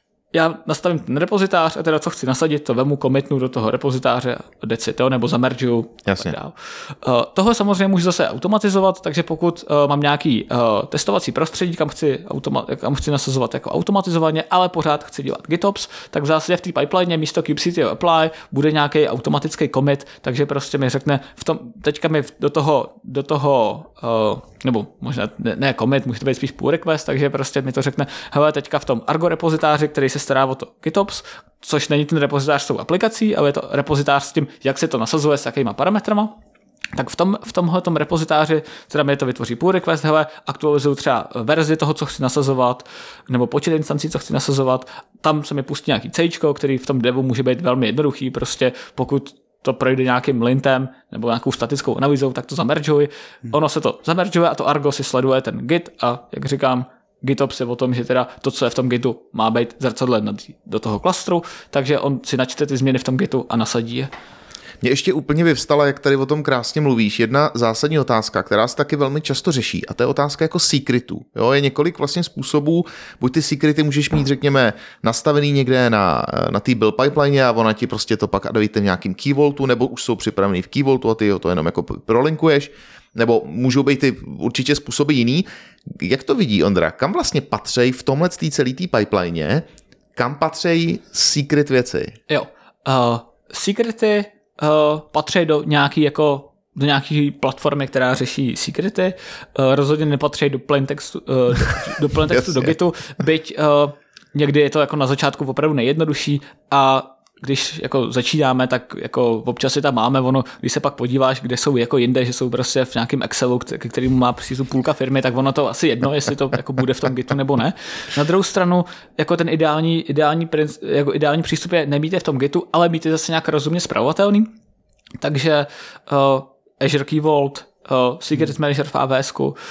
Já nastavím ten repozitář a teda co chci nasadit, to vemu, commitnu do toho repozitáře, decito, nebo zamergeu. Jasně. Uh, tohle samozřejmě můžu zase automatizovat, takže pokud uh, mám nějaký uh, testovací prostředí, kam chci, automa- kam chci nasazovat jako automatizovaně, ale pořád chci dělat GitOps, tak v zásadě v té pipeline místo kubectl apply bude nějaký automatický commit, takže prostě mi řekne, v tom, teďka mi do toho, do toho uh, nebo možná ne, ne commit, může to být spíš pull request, takže prostě mi to řekne, hele, teďka v tom Argo repozitáři, který se stará o to GitOps, což není ten repozitář s tou aplikací, ale je to repozitář s tím, jak se to nasazuje, s jakýma parametrama, tak v, tom, v tomhletom repozitáři teda mi to vytvoří pull request, hele, aktualizuju třeba verzi toho, co chci nasazovat, nebo počet instancí, co chci nasazovat, tam se mi pustí nějaký Cčko, který v tom devu může být velmi jednoduchý, prostě pokud to projde nějakým lintem nebo nějakou statickou analýzou, tak to zamergeuje. Hmm. Ono se to zamergeuje a to Argo si sleduje ten Git a jak říkám, GitOps je o tom, že teda to, co je v tom Gitu, má být zrcadlen do toho klastru, takže on si načte ty změny v tom Gitu a nasadí je. Mně ještě úplně vyvstala, jak tady o tom krásně mluvíš, jedna zásadní otázka, která se taky velmi často řeší, a to je otázka jako secretů. Jo, je několik vlastně způsobů, buď ty secrety můžeš mít, řekněme, nastavený někde na, na té build pipeline a ona ti prostě to pak adujete v nějakým key vaultu, nebo už jsou připravený v key vaultu a ty to jenom jako prolinkuješ, nebo můžou být ty určitě způsoby jiný. Jak to vidí Ondra? Kam vlastně patří v tomhle té celé té pipeline, kam patří secret věci? Jo, uh, secrety Uh, patří do nějaký jako do nějaký platformy, která řeší secrety. Uh, rozhodně nepatří do plaintextu, uh, do, do, plaintextu do Gitu, byť uh, někdy je to jako na začátku opravdu nejjednodušší a když jako začínáme, tak jako občas si tam máme, ono, když se pak podíváš, kde jsou jako jinde, že jsou prostě v nějakém Excelu, k kterému má přístup půlka firmy, tak ono to asi jedno, jestli to jako bude v tom Gitu nebo ne. Na druhou stranu, jako ten ideální, ideální, jako ideální přístup je nemít je v tom Gitu, ale mít je zase nějak rozumně spravovatelný. Takže uh, Azure Key Vault, uh, Secret Manager v A W S ku, uh,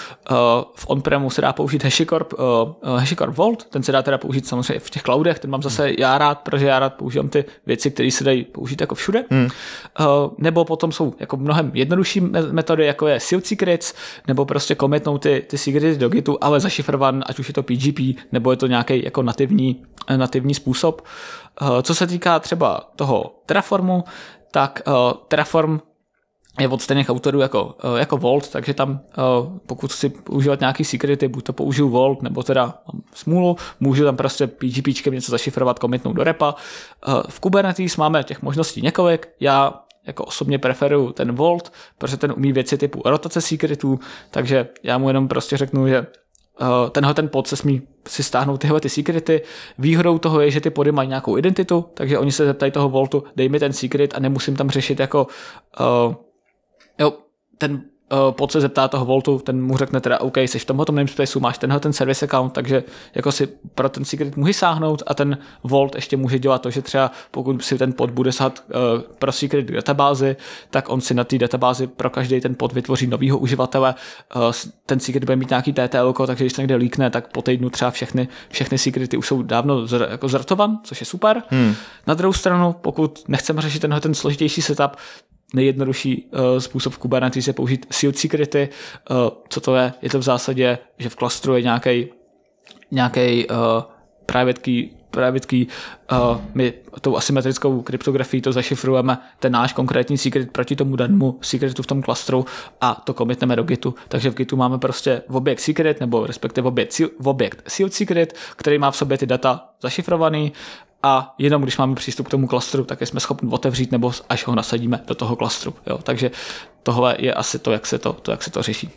v on-premu se dá použít HashiCorp, uh, uh, HashiCorp Vault, ten se dá teda použít samozřejmě v těch cloudech, ten mám zase já rád, protože já rád používám ty věci, které se dají použít jako všude. Hmm. Uh, nebo potom jsou jako mnohem jednodušší metody, jako je Sealed Secrets, nebo prostě commitnout ty, ty secrety do Gitu, ale zašifrovan, ať už je to P G P, nebo je to nějaký jako nativní, nativní způsob. Uh, co se týká třeba toho Terraformu, tak uh, Terraform je od stejných autorů jako, uh, jako Vault, takže tam uh, pokud chci používat nějaký secrety, buď to použiju Vault, nebo teda mám smůlu, můžu tam prostě PGPčkem něco zašifrovat, commitnout do repa. Uh, v Kubernetes máme těch možností několik, já jako osobně preferuju ten Vault, protože ten umí věci typu rotace secretů, takže já mu jenom prostě řeknu, že Uh, tenhle ten pod se smí si stáhnout tyhle ty secrety. Výhodou toho je, že ty pody mají nějakou identitu, takže oni se zeptají toho Vaultu, dej mi ten secret a nemusím tam řešit jako uh, jo, ten pod se zeptá toho Vaultu, ten mu řekne teda OK, jsi v tomhle namespaceu, máš tenhle ten service account, takže jako si pro ten secret může sáhnout a ten Vault ještě může dělat to, že třeba pokud si ten pod bude sahat uh, pro secret databázi, tak on si na té databázi pro každý ten pod vytvoří novýho uživatele, uh, ten secret bude mít nějaký T T L, takže když to někde líkne, tak po týdnu třeba všechny, všechny secrety už jsou dávno zr, jako zratovan, což je super. Hmm. Na druhou stranu, pokud nechceme řešit tenhle ten složitější setup, nejjednodušší uh, způsob v Kubernetes je použít sealed secrety. Uh, co to je? Je to v zásadě, že v klastru je nějaký nějaký uh, private key, private key uh, my tou asymetrickou kryptografií to zašifrujeme, ten náš konkrétní secret proti tomu danému secretu v tom klastru a to commitneme do Gitu. Takže v Gitu máme prostě objekt secret, nebo respektive objekt, objekt sealed secret, který má v sobě ty data zašifrovaný a jenom když máme přístup k tomu klastru, tak jsme schopni otevřít nebo až ho nasadíme do toho klastru. Jo? Takže tohle je asi to, jak se to, to, jak se to řeší.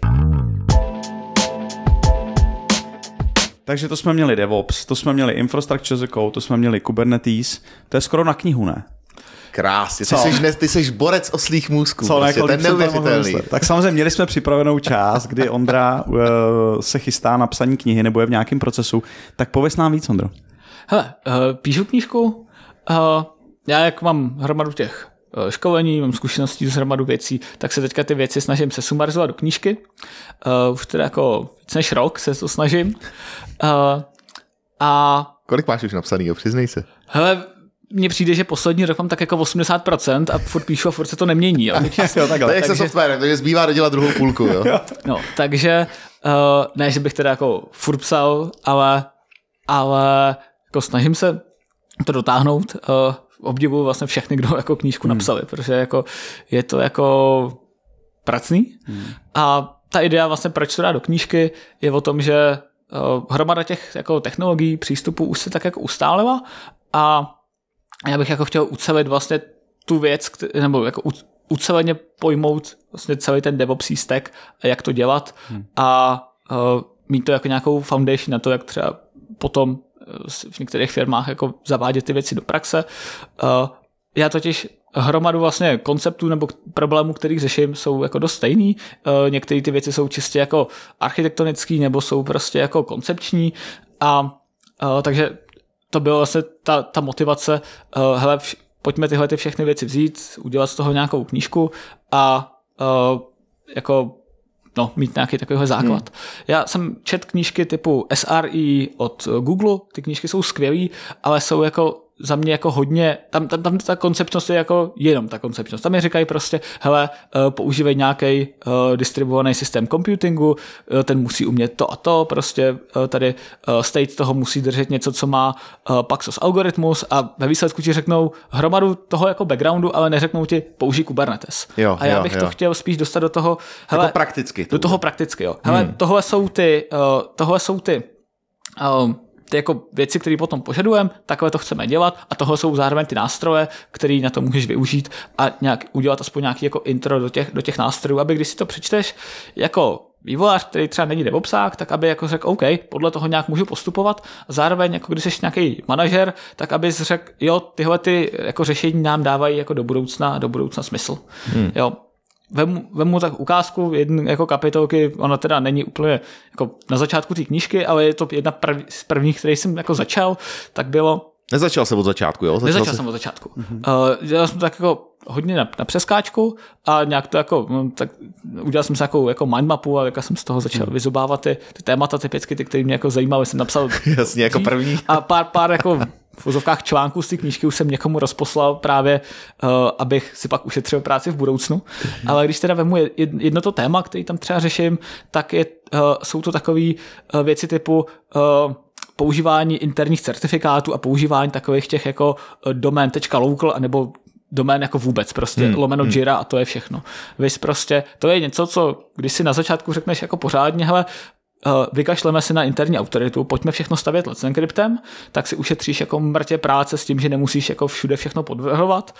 Takže to jsme měli DevOps, to jsme měli Infrastructure as a Code, to jsme měli Kubernetes, to je skoro na knihu, ne? Krásně, ty jsi, ne, ty jsi borec oslých můzků, Co, prostě, to je neuvěřitelný. Tak samozřejmě měli jsme připravenou část, kdy Ondra uh, se chystá na psaní knihy nebo je v nějakém procesu, tak pověz nám víc, Ondro. Hele, uh, píšu knížku, uh, já jak mám hromadu těch uh, školení, mám zkušeností z hromadu věcí, tak se teďka ty věci snažím se sumarizovat do knížky. Uh, už teda jako víc než rok se to snažím. Uh, a... Kolik máš už napsanýho, přiznej se. Hele, mně přijde, že poslední rok mám tak jako osmdesát procent a furt píšu a furt se to nemění. Jo. jo, takhle. To je jak se softwarem, takže zbývá dodělat druhou půlku. Jo. No, takže uh, ne, že bych teda jako furt psal, ale, ale jako snažím se to dotáhnout. Uh, obdivuju vlastně všechny, kdo jako knížku hmm. napsali, protože jako je to jako pracný. Hmm. A ta idea vlastně, proč to dá do knížky, je o tom, že uh, hromada těch jako technologií, přístupů už se tak jako ustálila a já bych jako chtěl ucelit vlastně tu věc, nebo jako uceleně pojmout vlastně celý ten DevOps stack a jak to dělat hmm. a uh, mít to jako nějakou foundation na to, jak třeba potom v některých firmách jako zavádět ty věci do praxe. Uh, já totiž hromadu vlastně konceptů nebo problémů, kterých řeším, jsou jako dost stejný. Uh, některé ty věci jsou čistě jako architektonický nebo jsou prostě jako koncepční a uh, takže to byla vlastně ta, ta motivace, uh, hele, vš- pojďme tyhle ty všechny věci vzít, udělat z toho nějakou knížku a uh, jako no, mít nějaký takovýhle základ. Hmm. Já jsem čet knížky typu S R I od Google, ty knížky jsou skvělý, ale jsou jako za mě jako hodně, tam, tam, tam ta koncepčnost je jako jenom ta koncepčnost. Tam mi říkají prostě, hele, uh, používej nějaký uh, distribuovaný systém computingu, uh, ten musí umět to a to, prostě uh, tady uh, state toho musí držet něco, co má uh, Paxos algoritmus a ve výsledku ti řeknou hromadu toho jako backgroundu, ale neřeknou ti použij Kubernetes. Jo, a já jo, bych jo. to chtěl spíš dostat do toho, hele, jako prakticky. Do toho prakticky, jo. Hele, hmm. tohle jsou ty, uh, tohle jsou ty um, ty jako věci, které potom požadujeme, takhle to chceme dělat a tohle jsou zároveň ty nástroje, které na to můžeš využít a nějak udělat aspoň nějaký jako intro do těch, do těch nástrojů, aby když si to přečteš jako vývojář, který třeba není DevOpsák, tak aby jako řekl, OK, podle toho nějak můžu postupovat a zároveň jako když jsi nějaký manažer, tak aby jsi řekl, jo, tyhle ty jako řešení nám dávají jako do budoucna, do budoucna smysl. Hmm. Jo. Vemu, vemu tak ukázku jedné jako kapitolky, ona teda není úplně jako na začátku té knížky, ale je to jedna prv, z prvních, který jsem jako začal, tak bylo... Nezačal jsem od začátku, jo? Začal Nezačal se... jsem od začátku. Mm-hmm. Uh, dělal jsem tak jako hodně na, na přeskáčku a nějak to jako, no, tak udělal jsem si nějakou jako mindmapu a jak jsem z toho začal mm. vyzobávat ty, ty témata typicky, ty, které mě jako zajímaly, jsem napsal... Jasně, jako první. A pár, pár jako... v vozovkách článků z té knížky už jsem někomu rozposlal právě, uh, abych si pak ušetřil práci v budoucnu. Mm. Ale když teda vemu jedno to téma, který tam třeba řeším, tak je, uh, jsou to takové uh, věci typu uh, používání interních certifikátů a používání takových těch jako uh, domain.local anebo domén jako vůbec, prostě hmm. lomeno Jira a to je všechno. Víš, prostě, to je něco, co když si na začátku řekneš jako pořádně, hele, Uh, vykašleme si na interní autoritu, pojďme všechno stavět let's encryptem, tak si ušetříš jako mrtě práce s tím, že nemusíš jako všude všechno podvrhovat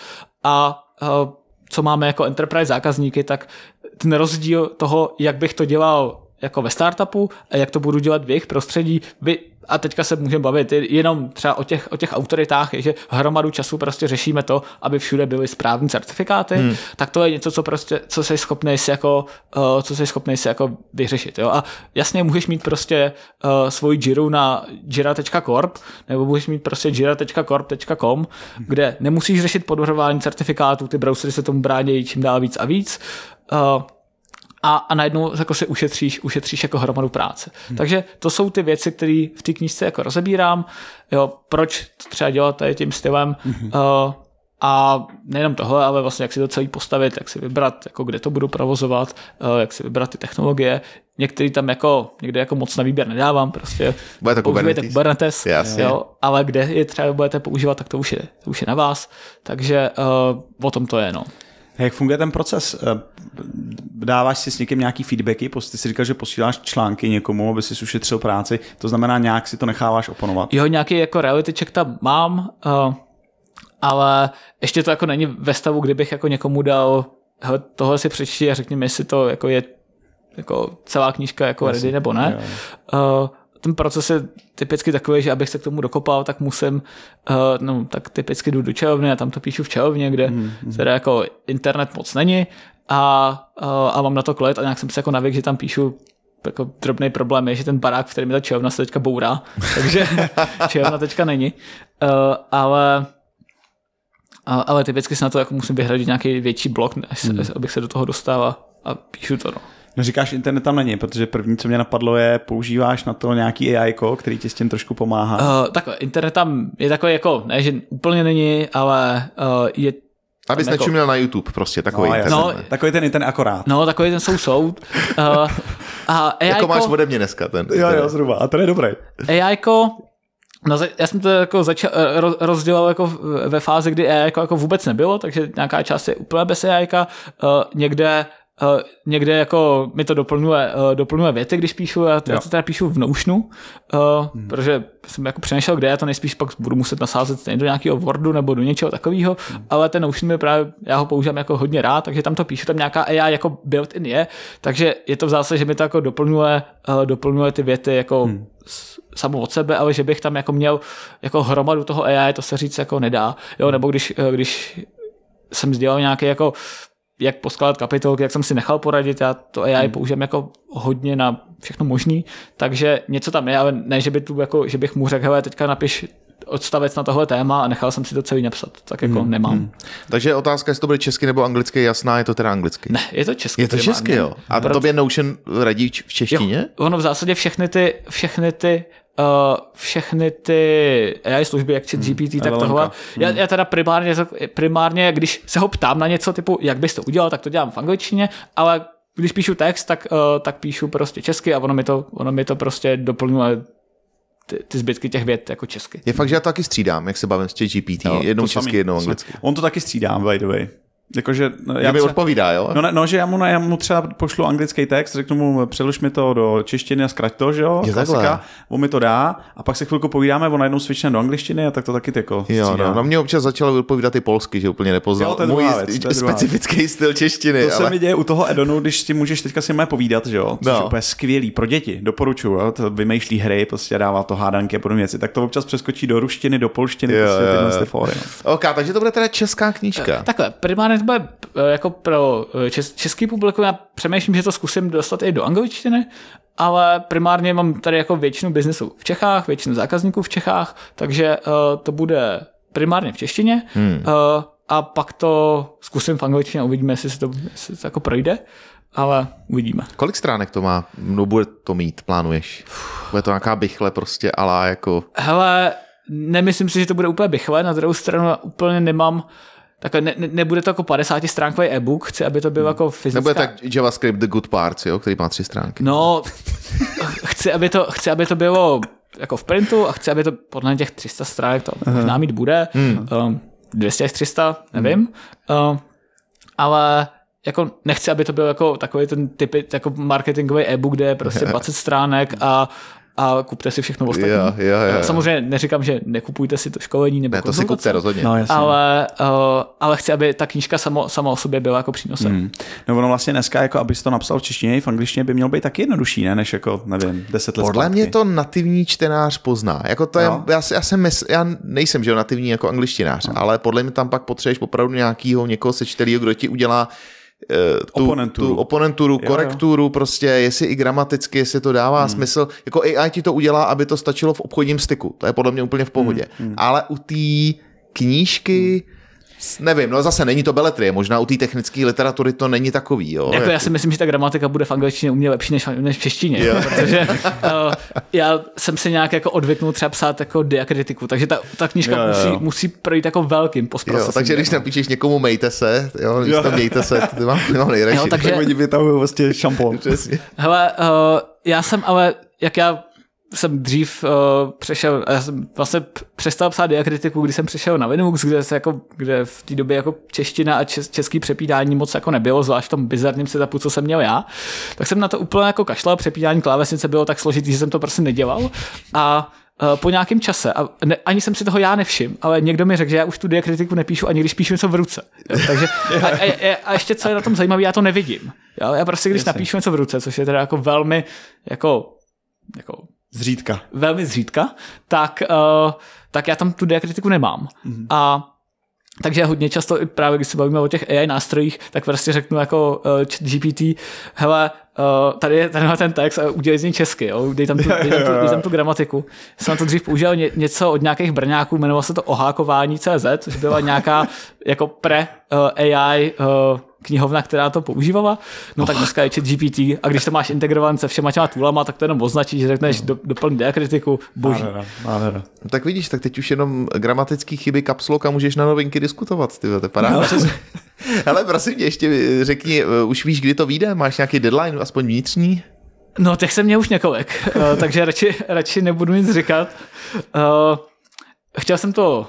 a uh, co máme jako enterprise zákazníky, tak ten rozdíl toho, jak bych to dělal jako ve startupu a jak to budu dělat v jejich prostředí. Vy, a teďka se můžeme bavit jenom třeba o těch, o těch autoritách, je, že hromadu času prostě řešíme to, aby všude byly správní certifikáty, hmm. tak to je něco, co prostě, co jsi schopný si jako, uh, co jsi schopný si jako vyřešit. Jo? A jasně můžeš mít prostě uh, svoji Jiru na jira tečka corp, nebo můžeš mít prostě jira tečka corp tečka com, hmm. kde nemusíš řešit podvrhování certifikátů, ty browsery se tomu bránějí čím dál víc a víc. Uh, A, a najednou jako si ušetříš, ušetříš jako hromadu práce. Hmm. Takže to jsou ty věci, které v té knížce jako rozebírám. Jo, proč to třeba dělat tady tím stylem. Hmm. Uh, a nejenom tohle, ale vlastně jak si to celý postavit, jak si vybrat, jako kde to budu provozovat, uh, jak si vybrat ty technologie. Některý tam jako, někde jako moc na výběr nedávám, prostě bude to používejte Kubernetes, Jasně. jo, ale kde je třeba budete používat, tak to už je, to už je na vás. Takže uh, o tom to je, no. Jak funguje ten proces? Dáváš si s někým nějaký feedbacky? Ty jsi říkal, že posíláš články někomu, aby si ušetřil práci. To znamená, nějak si to necháváš oponovat? Jo, nějaký jako reality check tam mám, uh, ale ještě to jako není ve stavu, kdybych jako někomu dal hele, tohle si přečti a řekni mi, jestli to jako je jako celá knížka jako Jasně. ready nebo ne. Uh, ten proces je typicky takový, že abych se k tomu dokopal, tak musím, uh, no tak typicky jdu do čelovny a tam to píšu v čelovně, kde mm, mm. teda jako internet moc není a, uh, a mám na to klet a nějak jsem si jako navyk, že tam píšu jako drobný problém je, že ten barák, v kterém je ta čelovna, se teďka bourá, takže čelovna teďka není, uh, ale uh, ale typicky si na to jako musím vyhradit nějaký větší blok, až, mm. abych se do toho dostal a, a píšu to, no. No říkáš, internet tam není, protože první, co mě napadlo, je, používáš na to nějaký A I, který ti s tím trošku pomáhá. Uh, takhle, internet tam je takový jako, ne, že úplně není, ale uh, je abys jako... nečuměl na YouTube, prostě takový no, internet. No, takový ten internet akorát. No, takový ten jsou soud. Uh, a A I jako máš ode mě dneska ten. Jo, jo, zhruba, a to je dobrý. A I no, já jsem to jako začal, rozdělal jako ve fázi, kdy A I jako vůbec nebylo, takže nějaká část je úplně bez A I, uh, někde Uh, někde jako mi to doplňuje, uh, doplňuje věty, když píšu, já to, já to teda píšu v Notionu, uh, hmm. protože jsem jako přemýšlel, kde já to nejspíš pak budu muset nasázet stejně do nějakého Wordu nebo do něčeho takového, hmm. ale ten Notion mi právě, já ho používám jako hodně rád, takže tam to píšu, tam nějaká A I jako built-in je, takže je to v zásadě, že mi to jako doplňuje, uh, doplňuje ty věty jako hmm. samo od sebe, ale že bych tam jako měl jako hromadu toho A I, to se říct jako nedá, jo, nebo když, když jsem sdělal nějaký jako jak poskládat kapitolky, jak jsem si nechal poradit, já to A I hmm. používám jako hodně na všechno možný, takže něco tam je, ale ne, že, by tu jako, že bych mu řekl, hele, teďka napiš odstavec na tohle téma a nechal jsem si to celý napsat, tak jako hmm. nemám. Hmm. Takže otázka, jestli to bude česky nebo anglicky, jasná, je to teda anglicky? Ne, je to česky. Je to primárně. česky, jo. A Proto... tobě Notion radí v češtině? Jo, ono v zásadě všechny ty, všechny ty Uh, všechny ty A I služby, jak ChatGPT, hmm, tak tohle. Já, já teda primárně, primárně, když se ho ptám na něco typu, jak bys to udělal, tak to dělám v angličtině, ale když píšu text, tak, uh, tak píšu prostě česky a ono mi to, ono mi to prostě doplňuje ty, ty zbytky těch vět jako česky. Je fakt, že já to taky střídám, jak se bavím s ChatGPT, jo, jednou česky, samý, jednou anglicky. On to taky střídám, by the way. Jakože, no, já mi třeba, odpovídá, jo? No, ne, no že já mu, já mu třeba pošlu anglický text, řeknu mu, přelož mi to do češtiny a zkrať to, že jo? Klasika, on mi to dá a pak se chvilku povídáme, on najednou switchne do angličtiny a tak to taky jako jo, no, no, mě občas začalo odpovídat i polsky, že úplně nepoznal. Jo, to je můj věc, specifický věc. Styl češtiny. To ale... se mi děje u toho Edonu, když si můžeš teďka si mé povídat, že jo? Což no. je úplně skvělý pro děti, doporučuju, jo? To vymýšlí hry, prostě dává to hádanky a podobně věci, tak to občas přeskočí do ruštiny, do polštiny, jo, prostě tyhle ty fóry. No. OK, takže to bude teda česká knížka. Takhle, primárně to bude jako pro čes, český publikum, já přemýšlím, že to zkusím dostat i do angličtiny, ale primárně mám tady jako většinu biznesu v Čechách, většinu zákazníků v Čechách, takže uh, to bude primárně v češtině hmm. uh, a pak to zkusím v angličtině a uvidíme, jestli se to, jestli to jako projde, ale uvidíme. Kolik stránek to má? No bude to mít, plánuješ? Bude to nějaká bychle prostě, ale jako... Hele, nemyslím si, že to bude úplně bychle, na druhou stranu úplně nemám. Tak ne, ne, nebude to jako padesátistránkový e-book, chci, aby to bylo jako fyzická... Nebude tak JavaScript The Good Parts, jo, který má tři stránky. No, chci, aby to, chci, aby to bylo jako v printu a chci, aby to podle těch tři sta stránek to uh-huh. možná mít bude. Hmm. Um, dvě stě až tři sta, nevím. Hmm. Um, ale jako nechci, aby to byl jako takový ten typ jako marketingový e-book, kde je prostě dvacet stránek a a kupte si všechno ostatní. Jo, jo, jo. Samozřejmě neříkám, že nekupujte si to školení nebo ne, to si kupte rozhodně. No, jasně. ale, uh, ale chci, aby ta knížka samo, sama o sobě byla jako přínosem. Hmm. No ono vlastně dneska, jako abys to napsal v češtině, v angličtině by mělo být taky jednodušší, ne? Než jako, nevím, deset let Podle zpátky. mě to nativní čtenář pozná. Jako to je, Jo. já, si, já, jsem mysl, já nejsem, že jo, nativní jako angličtinář, no. ale podle mě tam pak potřebuješ opravdu nějakýho, někoho sečtelýho, kdo ti udělá tu Oponenturu. tu oponenturu, Jo, korekturu, jo. prostě jestli i gramaticky, jestli to dává hmm. smysl. Jako A I ti to udělá, aby to stačilo v obchodním styku. To je podle mě úplně v pohodě. Hmm. Hmm. Ale u té knížky nevím, no zase není to beletrie, možná u té technické literatury to není takový. Jo. Jako já si myslím, že ta gramatika bude v angličtině u mě lepší než, než v češtině, jo. protože uh, já jsem se nějak jako odvyknul třeba psát jako diakritiku, takže ta, ta knížka jo, jo, jo. Musí, musí projít jako velkým postprocesem. Takže když napíšeš někomu mejte se, jo, když tam mějte se, ty mám, ty mám nejradši. Jo, takže... Tak oni vytahují vlastně šampon. Přesně. Hele, uh, já jsem ale, jak já jsem dřív uh, přešel, já jsem vlastně přestal psát diakritiku, když jsem přešel na Linux, kde se jako, kde v té době jako čeština a čes, český přepínání moc jako nebylo, zvlášť v tom bizarním setupu, co jsem měl já, tak jsem na to úplně jako kašlal, přepínání klávesnice bylo tak složitý, že jsem to prostě nedělal a uh, po nějakém čase, a ne, ani jsem si toho já nevšiml, ale někdo mi řekl, že já už tu diakritiku nepíšu, ani když píšu něco v ruce. Jo, takže a, a, a ještě co je na tom zajímavé, já to nevidím. Jo, já prostě když Jasně. napíšu něco v ruce, což je teda jako velmi jako, jako Zřídka. velmi zřídka, tak, uh, tak já tam tu diakritiku nemám. Mm-hmm. A takže hodně často, i právě když se bavíme o těch A I nástrojích, tak prostě řeknu jako uh, G P T, hele, uh, tady je tenhle ten text a udělej z něj česky, jo? Dej, tam tu, dej, tam tu, dej tam tu gramatiku. Jsem na to dřív použil ně, něco od nějakých brňáků, jmenovalo se to ohákování tečka cé zet, což byla nějaká jako pre uh, A I uh, knihovna, která to používala, no tak dneska je chat G P T a když to máš integrované se všema těma toolama, tak to jenom označí, že řekneš do, doplň diakritiku, boží. Nádhera, nádhera. No, tak vidíš, tak teď už jenom gramatický chyby kapslok a můžeš na novinky diskutovat, ty to paráda. No, ale prosím tě, ještě řekni, už víš, kdy to vyjde? Máš nějaký deadline, aspoň vnitřní? No, těch jsem měl už několik, uh, takže radši, radši nebudu nic říkat. Uh, chtěl jsem to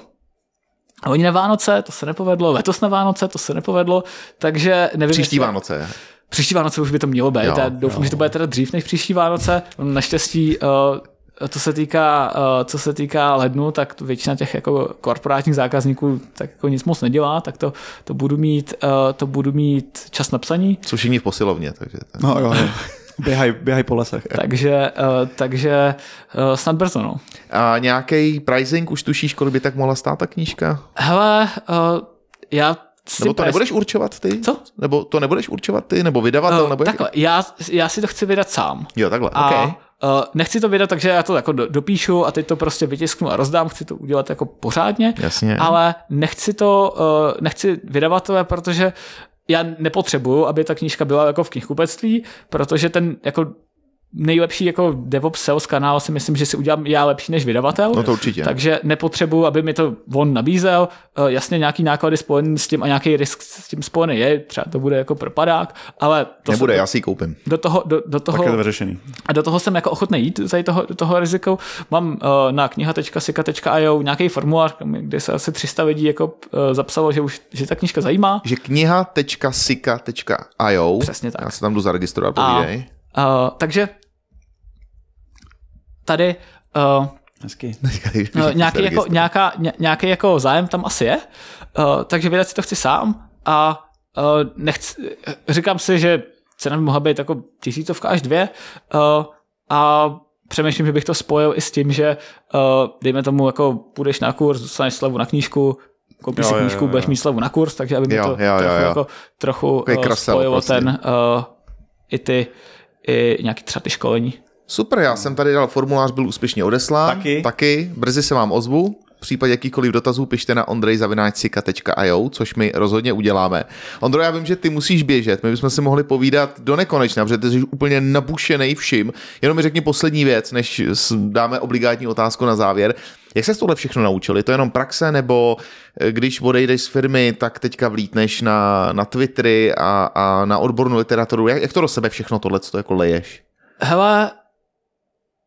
oni na Vánoce, to se nepovedlo, letos na Vánoce, to se nepovedlo, takže nevím. Příští jestli... Vánoce. Příští Vánoce už by to mělo být, jo, já doufám, jo. že to bude teda dřív než příští Vánoce. Naštěstí, uh, to se týká, uh, co se týká lednu, tak většina těch jako korporátních zákazníků tak jako nic moc nedělá, tak to, to, budu mít, uh, to budu mít čas na psaní. Jsou všichni v posilovně, takže... No jo, jo. Běhaj, běhaj po lesech. Takže, uh, takže uh, snad brzo, no. A nějaký pricing, už tušíš, kolik by tak mohla stát ta knížka? Hele, uh, já... Nebo to pres... nebudeš určovat ty? Co? Nebo to nebudeš určovat ty? Nebo vydavatel? Uh, nebo takhle, já, já si to chci vydat sám. Jo, takhle, a, okay. uh, nechci to vydat, takže já to jako dopíšu a teď to prostě vytisknu a rozdám, chci to udělat jako pořádně, Jasně. Ale nechci to, uh, nechci vydavatele, protože já nepotřebuju, aby ta knížka byla jako v knihkupectví, protože ten jako nejlepší jako DevOps sales kanál si myslím, že si udělám já lepší než vydavatel. No to určitě. Takže nepotřebuju, aby mi to on nabízel. Jasně nějaký náklady spojený s tím a nějaký risk s tím spojený je, třeba to bude jako propadák, ale to nebude, jsem, já si ji koupím. Do toho, do, do toho, tak je to vyřešený. A do toho jsem jako ochotný jít za toho, do toho rizikou. Mám uh, na kniha tečka sika tečka io nějaký formulář, kde se asi tři sta lidí jako uh, zapsalo, že už že ta knížka zajímá. Že kniha tečka sika tečka io. Přesně tak. Já se tam jdu zaregistrovat, povídej. Uh, takže tady uh, Hezky. uh, nějaký, jako, nějaká, ně, nějaký jako zájem tam asi je, uh, takže vydat si to chci sám a uh, nechci, říkám si, že cena by mohla být jako tisícovka až dvě uh, a přemýšlím, že bych to spojil i s tím, že uh, dejme tomu, jako půjdeš na kurz, dostaneš slevu na knížku, koupíš si knížku, jo, jo, jo. budeš mít slevu na kurz, takže aby mi to jo, jo, trochu, jo. Jako, trochu uh, spojilo prostě. ten uh, i ty i nějaký třeba ty školení. Super, já jsem tady dal formulář, byl úspěšně odeslán. Taky. Taky. Brzy se vám ozvu. V případě jakýchkoliv dotazů pište na ondrej zavináč sika tečka io, což my rozhodně uděláme. Ondro, já vím, že ty musíš běžet. My bychom si mohli povídat do nekonečna, protože ty jsi úplně nabušenej všim. Jenom mi řekni poslední věc, než dáme obligátní otázku na závěr. Jak se tohle všechno naučili? To je jenom praxe, nebo když odejdeš z firmy, tak teďka vlítneš na, na Twittery a, a na odbornou literaturu? Jak, jak to do sebe všechno tohle jako leješ? Hele,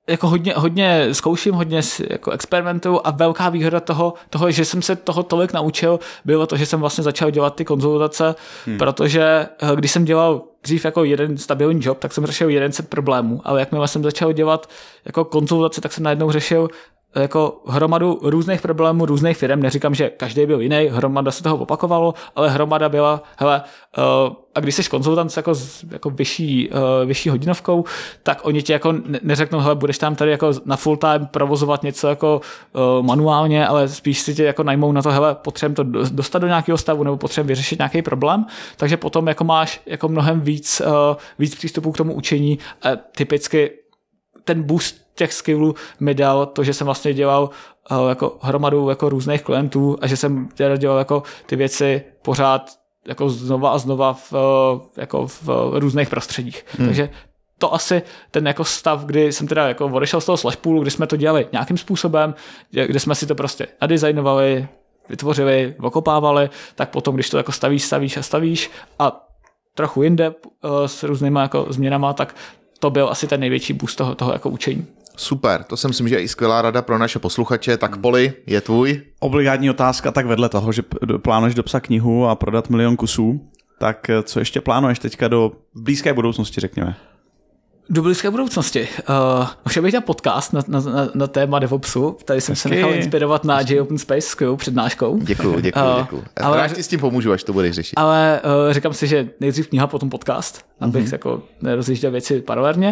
jako hodně, hodně zkouším, hodně jako experimentuju a velká výhoda toho, toho, že jsem se toho tolik naučil, bylo to, že jsem vlastně začal dělat ty konzultace, hmm. protože když jsem dělal dřív jako jeden stabilní job, tak jsem řešil jeden set problémů, ale jakmile jsem začal dělat jako konzultace, tak jsem najednou řešil jako hromadu různých problémů, různých firm. Neříkám, že každý byl jiný, hromada se toho opakovalo, ale hromada byla, hele, uh, a když jsi konzultant s jako, jako vyšší, uh, vyšší hodinovkou, tak oni ti jako neřeknou, hele, budeš tam tady jako na full time provozovat něco jako uh, manuálně, ale spíš si tě jako najmou na to, hele, potřebujeme to dostat do nějakého stavu nebo potřebujeme vyřešit nějaký problém, takže potom jako máš jako mnohem víc, uh, víc přístupů k tomu učení a typicky ten boost těch skillů mi dal to, že jsem vlastně dělal uh, jako hromadu jako různých klientů a že jsem dělal jako ty věci pořád jako znova a znova v, uh, jako v uh, různých prostředích. Hmm. Takže to asi ten jako stav, kdy jsem teda jako odešel z toho Slashpoolu, kdy jsme to dělali nějakým způsobem, kde jsme si to prostě nadizajnovali, vytvořili, okopávali, tak potom, když to jako stavíš, stavíš a stavíš a trochu jinde uh, s různýma jako změnama, tak to byl asi ten největší boost toho, toho jako učení. Super, to si myslím, že je i skvělá rada pro naše posluchače. Tak Poli, je tvůj? Obligátní otázka, tak vedle toho, že plánuješ dopsat knihu a prodat milion kusů, tak co ještě plánuješ teďka do blízké budoucnosti, řekněme? Do blízké budoucnosti. Uh, už bych dělal podcast na, na, na, na téma DevOpsu. Tady jsem Hezky. se nechal inspirovat na JOpenSpace skvělou přednáškou. Děkuju, děkuju, uh, děkuju. Ale, rád ti s tím pomůžu, až to budeš řešit. Ale uh, říkám si, že nejdřív kniha, potom podcast, abych mm-hmm. jako nerozjížděl věci paralelně.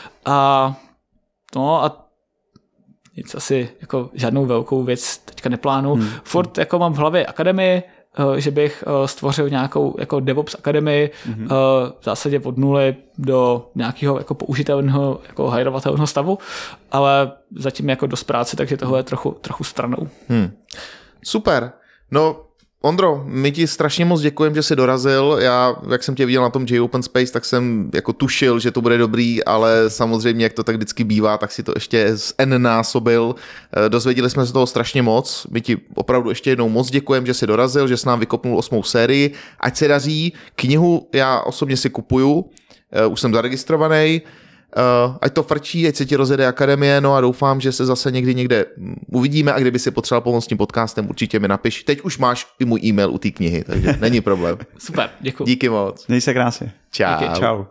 A no a nic asi jako žádnou velkou věc teďka neplánu. Hmm. Furt jako mám v hlavě akademii, že bych stvořil nějakou jako DevOps akademii mm-hmm. v zásadě od nuly do nějakého jako použitelného, jako hajrovatelného stavu, ale zatím jako dost práce, takže tohle je trochu, trochu stranou. Hmm. Super. No, Ondro, my ti strašně moc děkujeme, že jsi dorazil. Já, jak jsem tě viděl na tom JOpenSpace, tak jsem jako tušil, že to bude dobrý, ale samozřejmě, jak to tak vždycky bývá, tak si to ještě z N násobil. Dozvěděli jsme se toho strašně moc. My ti opravdu ještě jednou moc děkujeme, že jsi dorazil, že jsi nám vykopnul osmou sérii. Ať se daří. Knihu já osobně si kupuju. Už jsem zaregistrovaný. Uh, ať to frčí, ať se ti rozjede akademie, no a doufám, že se zase někdy někde uvidíme a kdyby si potřeboval pomoct tím podcastem, určitě mi napiš. Teď už máš i můj e-mail u té knihy, takže není problém. Super, děkuji. Díky moc. Měj se krásně. Čau. Díky, čau.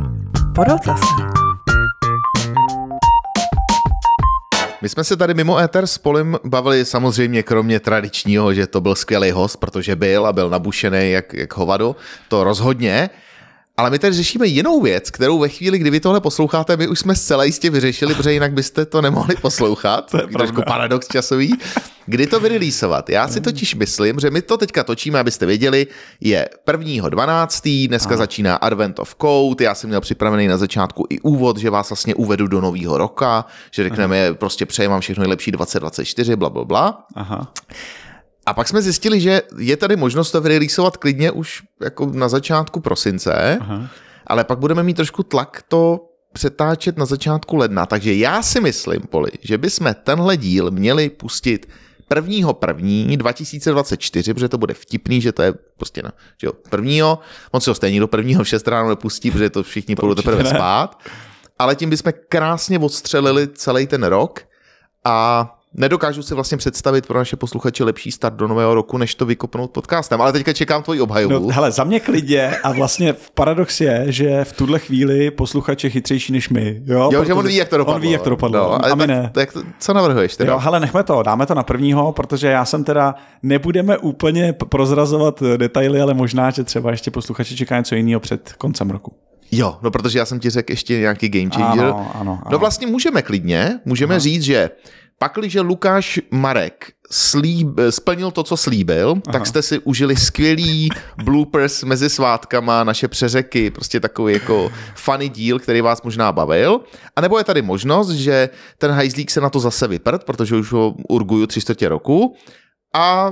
My jsme se tady mimo éter s Polim bavili samozřejmě kromě tradičního, že to byl skvělý host, protože byl a byl nabušený jak, jak hovado, to rozhodně. Ale my tady řešíme jinou věc, kterou ve chvíli, kdy vy tohle posloucháte, my už jsme zcela jistě vyřešili, protože jinak byste to nemohli poslouchat. To je trošku paradox časový. Kdy to vyreleaseovat? Já si totiž myslím, že my to teďka točíme, abyste věděli, je prvního dvanáctého dneska Aha. začíná Advent of Code, já jsem měl připravený na začátku i úvod, že vás vlastně uvedu do nového roka, že řekneme, Aha. prostě přeji vám všechno nejlepší dvacet dvacet čtyři, bla, bla, bla. Aha. A pak jsme zjistili, že je tady možnost to vyreleaseovat klidně už jako na začátku prosince, Aha. ale pak budeme mít trošku tlak to přetáčet na začátku ledna. Takže já si myslím, Poli, že bychom tenhle díl měli pustit prvního prvního dva tisíce dvacet čtyři, protože to bude vtipný, že to je prostě na že jo, prvního, on se ho stejně do prvního v šest ráno nepustí, protože to všichni půjdou teprve spát, ale tím bychom krásně odstřelili celý ten rok a nedokážu si vlastně představit pro naše posluchače lepší start do nového roku, než to vykopnout podcastem, ale teďka čekám tvoji obhajobu. No, hele, za mě klidně a vlastně paradox je, že v tuhle chvíli posluchač je chytřejší než my. Jo, jo že on ví, jak to dopadlo. On ví, jak to dopadlo. No, a my ne. Tak, tak co navrhuješ teda? Jo, hele, nechme to, dáme to na prvního, protože já jsem teda, nebudeme úplně prozrazovat detaily, ale možná, že třeba ještě posluchači čeká něco jiného před koncem roku. Jo, no protože já jsem ti řekl ještě nějaký game changer. Ano, ano, ano. No vlastně můžeme klidně, můžeme Aha. říct, že pakliže Lukáš Marek slíb, splnil to, co slíbil, Aha. tak jste si užili skvělý bloopers mezi svátkama, naše přeřeky, prostě takový jako funny díl, který vás možná bavil. A nebo je tady možnost, že ten hajzlík se na to zase vyprt, protože už ho urguju tři čtvrtě roku a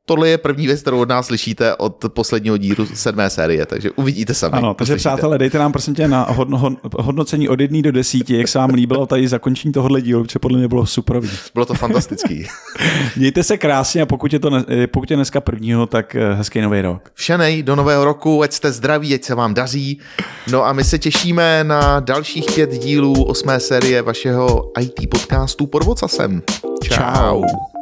tohle je první věc, kterou od nás slyšíte od posledního dílu sedmé série, takže uvidíte sami. Ano, takže uslyšíte. Přátelé, dejte nám prosím tě na hodno, hodnocení od jedné do desíti, jak se vám líbilo tady zakončení tohohle dílu, protože podle mě bylo superový. Bylo to fantastický. Mějte se krásně a pokud je, to ne, pokud je dneska prvního, tak hezký nový rok. Všenej, do nového roku, ať jste zdraví, ať se vám daří. No a my se těšíme na dalších pět dílů osmé série vašeho í té podcastu Pod ocasem. Čau. Čau.